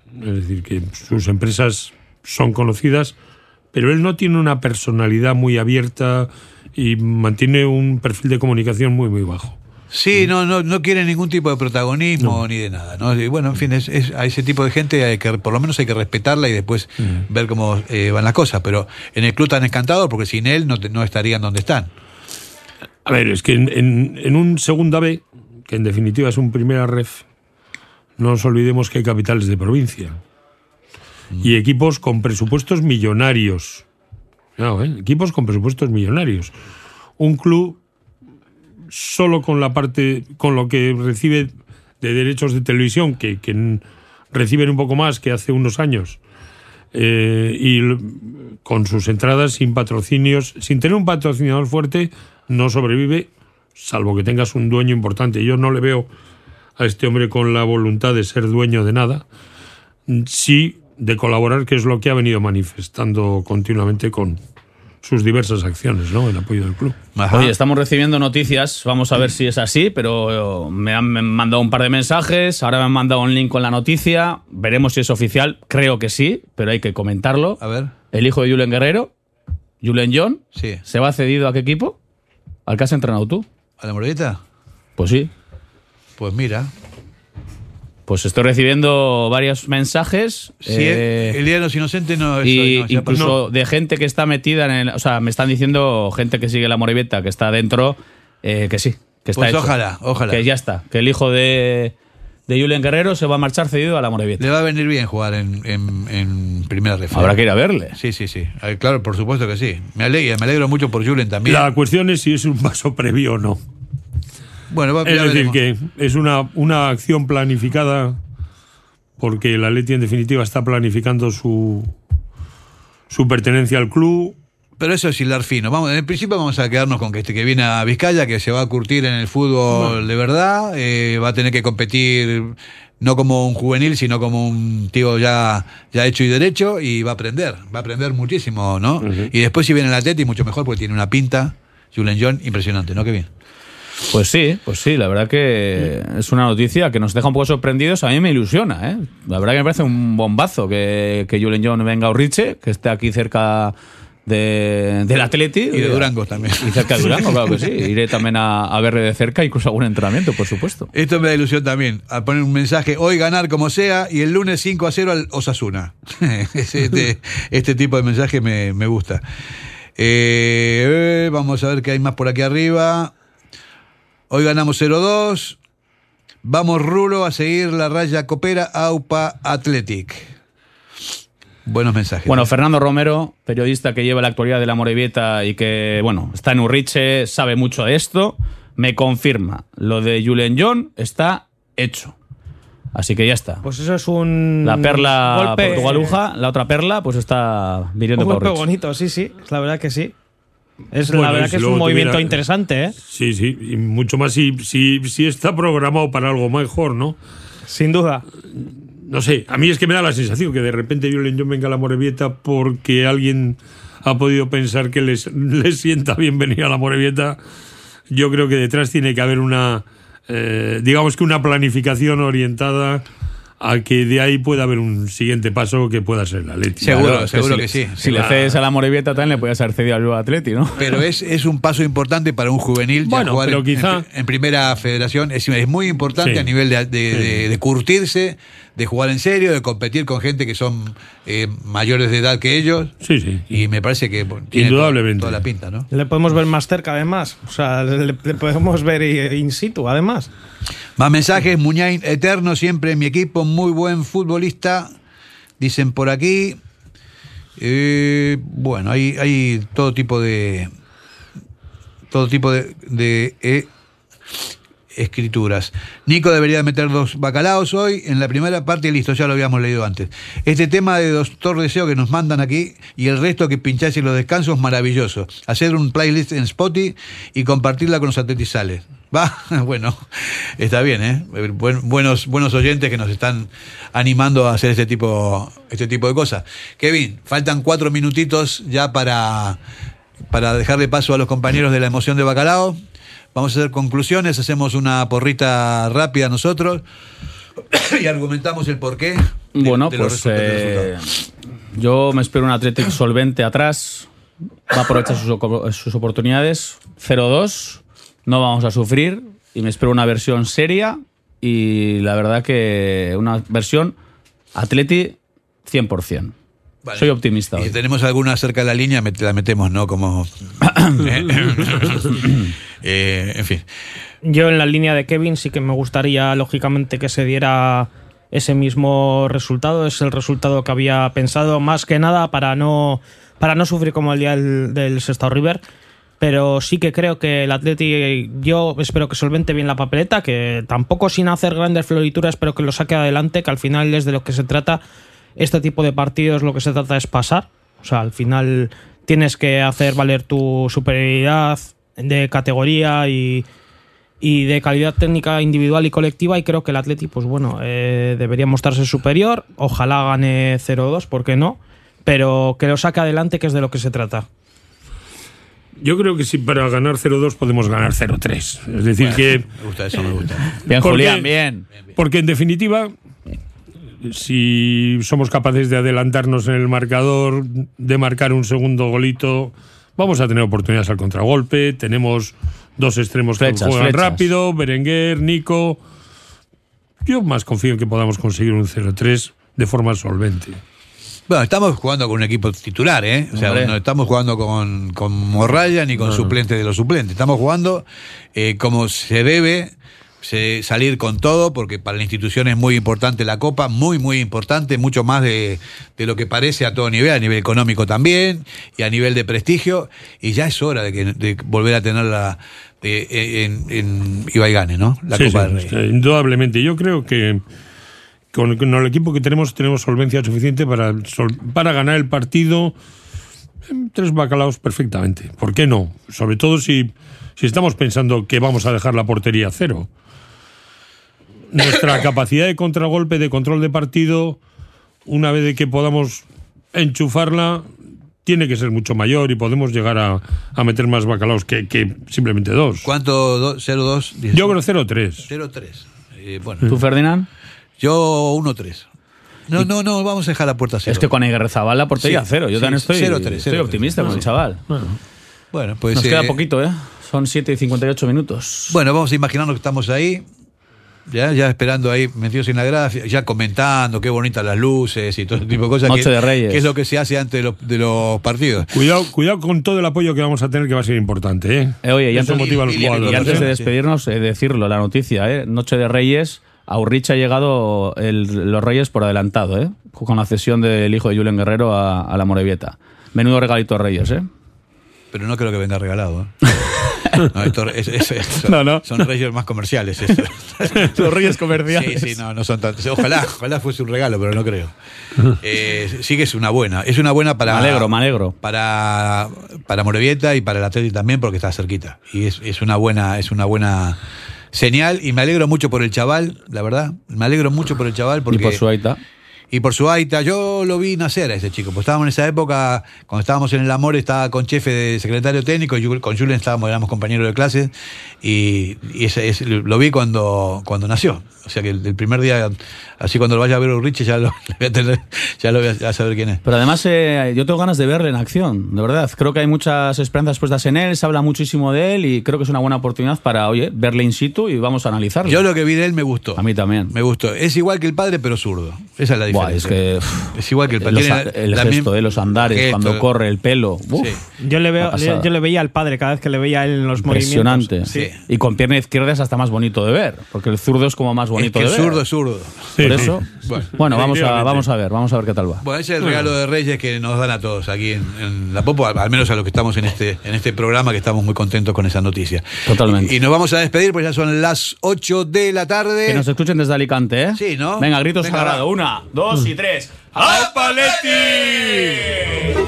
Es decir, que sus empresas son conocidas, pero él no tiene una personalidad muy abierta y mantiene un perfil de comunicación muy, muy bajo. Sí, no, no, no quiere ningún tipo de protagonismo no. ni de nada, ¿no? Y bueno, en fin, es, es, a ese tipo de gente hay que, por lo menos hay que respetarla y después mm. ver cómo eh, van las cosas. Pero en el club están encantados porque sin él no, te, no estarían donde están. A ver, es que en, en, en un segunda B, que en definitiva es un primera ref, no nos olvidemos que hay capitales de provincia mm. y equipos con presupuestos millonarios. No, ¿eh? Equipos con presupuestos millonarios. Un club solo con la parte, con lo que recibe de derechos de televisión, que, que reciben un poco más que hace unos años, eh, y con sus entradas sin patrocinios, sin tener un patrocinador fuerte, no sobrevive, salvo que tengas un dueño importante. Yo no le veo a este hombre con la voluntad de ser dueño de nada, sí de colaborar, que es lo que ha venido manifestando continuamente con sus diversas acciones, ¿no? El apoyo del club. Ajá. Oye, estamos recibiendo noticias, vamos a ver si es así, pero me han, me han mandado un par de mensajes, ahora me han mandado un link con la noticia, veremos si es oficial, creo que sí, pero hay que comentarlo. A ver. El hijo de Julen Guerrero, Julen John, sí. ¿se va cedido a qué equipo? ¿Al que has entrenado tú? ¿A la Morevieta? Pues sí. Pues mira. Pues estoy recibiendo varios mensajes. Sí, eh, el Día de los Inocentes no... Y no, incluso no. de gente que está metida en el... O sea, me están diciendo gente que sigue la Morevieta, que está dentro, eh, que sí, que está Pues hecho, ojalá, ojalá. Que ya está, que el hijo de, de Julen Guerrero se va a marchar cedido a la Morevieta. Le va a venir bien jugar en, en, en primera ref. Habrá que ir a verle. Sí, sí, sí. Claro, por supuesto que sí. Me alegro, me alegro mucho por Julen también. La cuestión es si es un paso previo o no. Bueno, va, es decir, que es una, una acción planificada, porque el Atleti en definitiva está planificando su, su pertenencia al club. Pero eso es hilar fino. Vamos, en el principio vamos a quedarnos con que este que viene a Vizcaya, que se va a curtir en el fútbol bueno. de verdad, eh, va a tener que competir no como un juvenil, sino como un tío ya, ya hecho y derecho, y va a aprender, va a aprender muchísimo, ¿no? Uh-huh. Y después si viene el Atleti, mucho mejor, porque tiene una pinta, Julen John, impresionante, ¿no? Qué bien. Pues sí, pues sí, la verdad que es una noticia que nos deja un poco sorprendidos. A mí me ilusiona, ¿eh? La verdad que me parece un bombazo que, que Julen John venga a Urriche, que esté aquí cerca de, del Atleti. Y de Durango también. Y cerca de Durango, claro que sí. Iré también a, a verle de cerca, incluso algún entrenamiento, por supuesto. Esto me da ilusión también, a poner un mensaje, hoy ganar como sea, y el lunes cinco a cero al Osasuna. este, este tipo de mensaje me, me gusta. Eh, vamos a ver qué hay más por aquí arriba. Hoy ganamos cero dos. Vamos, Rulo, a seguir la raya copera AUPA Athletic. Buenos mensajes. Bueno, Fernando Romero, periodista que lleva la actualidad de la Morevieta y que, bueno, está en Urriche, sabe mucho de esto, me confirma. Lo de Julen John está hecho. Así que ya está. Pues eso es un... La perla golpe... portugaluja, la otra perla, pues está viniendo por Urriche. Un golpe bonito, sí, sí. La verdad que sí. Es bueno, la verdad que es un movimiento tuviera... interesante, ¿eh? Sí, sí, y mucho más si, si, si está programado para algo mejor, ¿no? Sin duda. No sé, a mí es que me da la sensación que de repente Julen John venga a la Morevieta porque alguien ha podido pensar que les, les sienta bien venir a la Morevieta. Yo creo que detrás tiene que haber una, eh, digamos que una planificación orientada a que de ahí pueda haber un siguiente paso que pueda ser el Atleti. Seguro, claro, seguro que, que si, sí. Si la... le cedes a la Morevieta también le puedes haber cedido al Bilbao Atleti, ¿no? Pero es, es un paso importante para un juvenil. Bueno, ya jugar pero en, quizá... en, en primera federación es, es muy importante sí. a nivel de, de, sí. de, de curtirse, de jugar en serio, de competir con gente que son eh, mayores de edad que ellos. Sí, sí. Y me parece que bueno, tiene indudablemente toda, toda la pinta, ¿no? Le podemos ver más cerca, además. O sea, le, le podemos ver in situ, además. Más mensajes. Muñain eterno, siempre en mi equipo, muy buen futbolista. Dicen por aquí. Eh, bueno, hay, hay todo tipo de todo tipo de, de eh, escrituras. Nico debería meter dos bacalaos hoy en la primera parte y listo, ya lo habíamos leído antes. Este tema de Doctor Deseo que nos mandan aquí y el resto que pincháis en los descansos, maravilloso. Hacer un playlist en Spotify y compartirla con los atletizales. Va, bueno, está bien, ¿eh? Buen, buenos, buenos oyentes que nos están animando a hacer este tipo, este tipo de cosas. Kevin, faltan cuatro minutitos ya para, para dejarle paso a los compañeros de la emoción de Bacalao. Vamos a hacer conclusiones, hacemos una porrita rápida nosotros y argumentamos el porqué. de, bueno, de pues los eh, yo me espero un Athletic solvente atrás, va a aprovechar sus, sus oportunidades, cero dos, no vamos a sufrir y me espero una versión seria y la verdad que una versión Atleti cien por ciento. Vale. Soy optimista. Y hoy. si tenemos alguna cerca de la línea, la metemos, ¿no? Como. eh, en fin. Yo en la línea de Kevin sí que me gustaría, lógicamente, que se diera ese mismo resultado. Es el resultado que había pensado, más que nada para no, para no sufrir como el día del, del Sestao River. Pero sí que creo que el Atleti, yo espero que solvente bien la papeleta, que tampoco sin hacer grandes florituras, pero que lo saque adelante, que al final es de lo que se trata. Este tipo de partidos lo que se trata es pasar. O sea, al final tienes que hacer valer tu superioridad de categoría y, y de calidad técnica individual y colectiva, y creo que el Atleti, pues bueno, eh, debería mostrarse superior. Ojalá gane cero dos, ¿por qué no? Pero que lo saque adelante, que es de lo que se trata. Yo creo que si para ganar cero dos podemos ganar cero tres. Es decir, bueno, que... Me gusta eso, me gusta. Bien, porque, Julián, bien. Porque en definitiva, si somos capaces de adelantarnos en el marcador, de marcar un segundo golito, vamos a tener oportunidades al contragolpe. Tenemos dos extremos flechas, que juegan flechas. rápido, Berenguer, Nico. Yo más confío en que podamos conseguir un cero tres de forma solvente. Bueno, estamos jugando con un equipo titular, ¿eh? O sea, Hombre. no estamos jugando con, con Morralla ni con no, suplentes no. de los suplentes. Estamos jugando eh, como se debe se, salir con todo, porque para la institución es muy importante la Copa, muy, muy importante, mucho más de, de lo que parece a todo nivel, a nivel económico también, y a nivel de prestigio, y ya es hora de, que, de volver a tenerla eh, en, en Ibaigane, ¿no? La sí, Copa sí, del Rey. Sí, indudablemente. Yo creo que Con, con el equipo que tenemos, tenemos solvencia suficiente para, sol, para ganar el partido en tres bacalaos perfectamente. ¿Por qué no? Sobre todo si, si estamos pensando que vamos a dejar la portería a cero. Nuestra capacidad de contragolpe, de control de partido, una vez de que podamos enchufarla, tiene que ser mucho mayor y podemos llegar a, a meter más bacalaos que, que simplemente dos. ¿Cuánto? ¿cero dos? Yo creo cero tres. cero tres. Eh, bueno. ¿Tú, Ferdinand? Yo uno tres. No, no, no, vamos a dejar la puerta cero. Es que con Aguirrezabal la portería sí, cero. Yo sí, también estoy, cero tres, estoy optimista no, con el chaval. Bueno, bueno pues... Nos eh, queda poquito, ¿eh? Son siete y cincuenta y ocho minutos. Bueno, vamos a imaginarnos que estamos ahí, ya, ya esperando ahí, metidos en la grada, ya comentando qué bonitas las luces y todo ese tipo de cosas. Noche que, de Reyes. Que es lo que se hace antes de los, de los partidos. Cuidado, cuidado con todo el apoyo que vamos a tener, que va a ser importante, ¿eh? eh oye, y Eso antes, motiva a los y, jugadores. y antes de despedirnos, eh, decirlo, la noticia, ¿eh? Noche de Reyes... A Urrich ha llegado el, los Reyes por adelantado, ¿eh? Con la cesión del hijo de Julen Guerrero a, a la Morevieta. Menudo regalito a Reyes, ¿eh? Pero no creo que venga regalado, ¿eh? No, esto, es, es, es, son, no, no. son Reyes más comerciales. Esto. Los Reyes comerciales. Sí, sí, no, no son tantos. Ojalá, ojalá fuese un regalo, pero no creo. Eh, sí que es una buena. Es una buena para... Me alegro, me alegro. Para, para Morevieta y para el Atleti también, porque está cerquita. Y es, es una buena... Es una buena señal, y me alegro mucho por el chaval, la verdad. Me alegro mucho por el chaval porque... Y por su aita. Y por su aita. Yo lo vi nacer a ese chico, pues estábamos en esa época, cuando estábamos en el Amor, estaba con Chefe de secretario técnico, y con Julen estábamos, éramos compañeros de clase, y, y ese, ese, lo vi cuando, cuando nació. O sea que el, el primer día, así cuando lo vaya a ver Urrich, ya lo, voy a tener, ya lo voy a, a saber quién es. Pero además eh, yo tengo ganas de verle en acción, de verdad. Creo que hay muchas esperanzas puestas en él, se habla muchísimo de él, y creo que es una buena oportunidad para, oye, verle in situ y vamos a analizarlo. Yo lo que vi de él me gustó. A mí también. Me gustó. Es igual que el padre, pero zurdo. Esa es la diferencia. Buah, es que uff, es igual que el padre. Los, la, el la gesto, eh, los andares, gesto, cuando corre, el pelo. Uf, sí. Yo le veo, yo, yo le veía al padre cada vez que le veía a él en los impresionante. movimientos. Impresionante. Sí. Y con pierna izquierda es hasta más bonito de ver, porque el zurdo es como más bonito es que de el ver. zurdo es zurdo. Sí, Por eso, sí. bueno, bueno vamos, a, vamos a ver, vamos a ver qué tal va. Bueno, ese es el regalo de Reyes que nos dan a todos aquí en, en la Popo, al menos a los que estamos en este, en este programa, que estamos muy contentos con esa noticia. Totalmente. Y, y nos vamos a despedir, pues ya son las ocho de la tarde. Que nos escuchen desde Alicante, ¿eh? Sí, ¿no? Venga, gritos sagrados. Una, dos y tres. ¡Apaleti!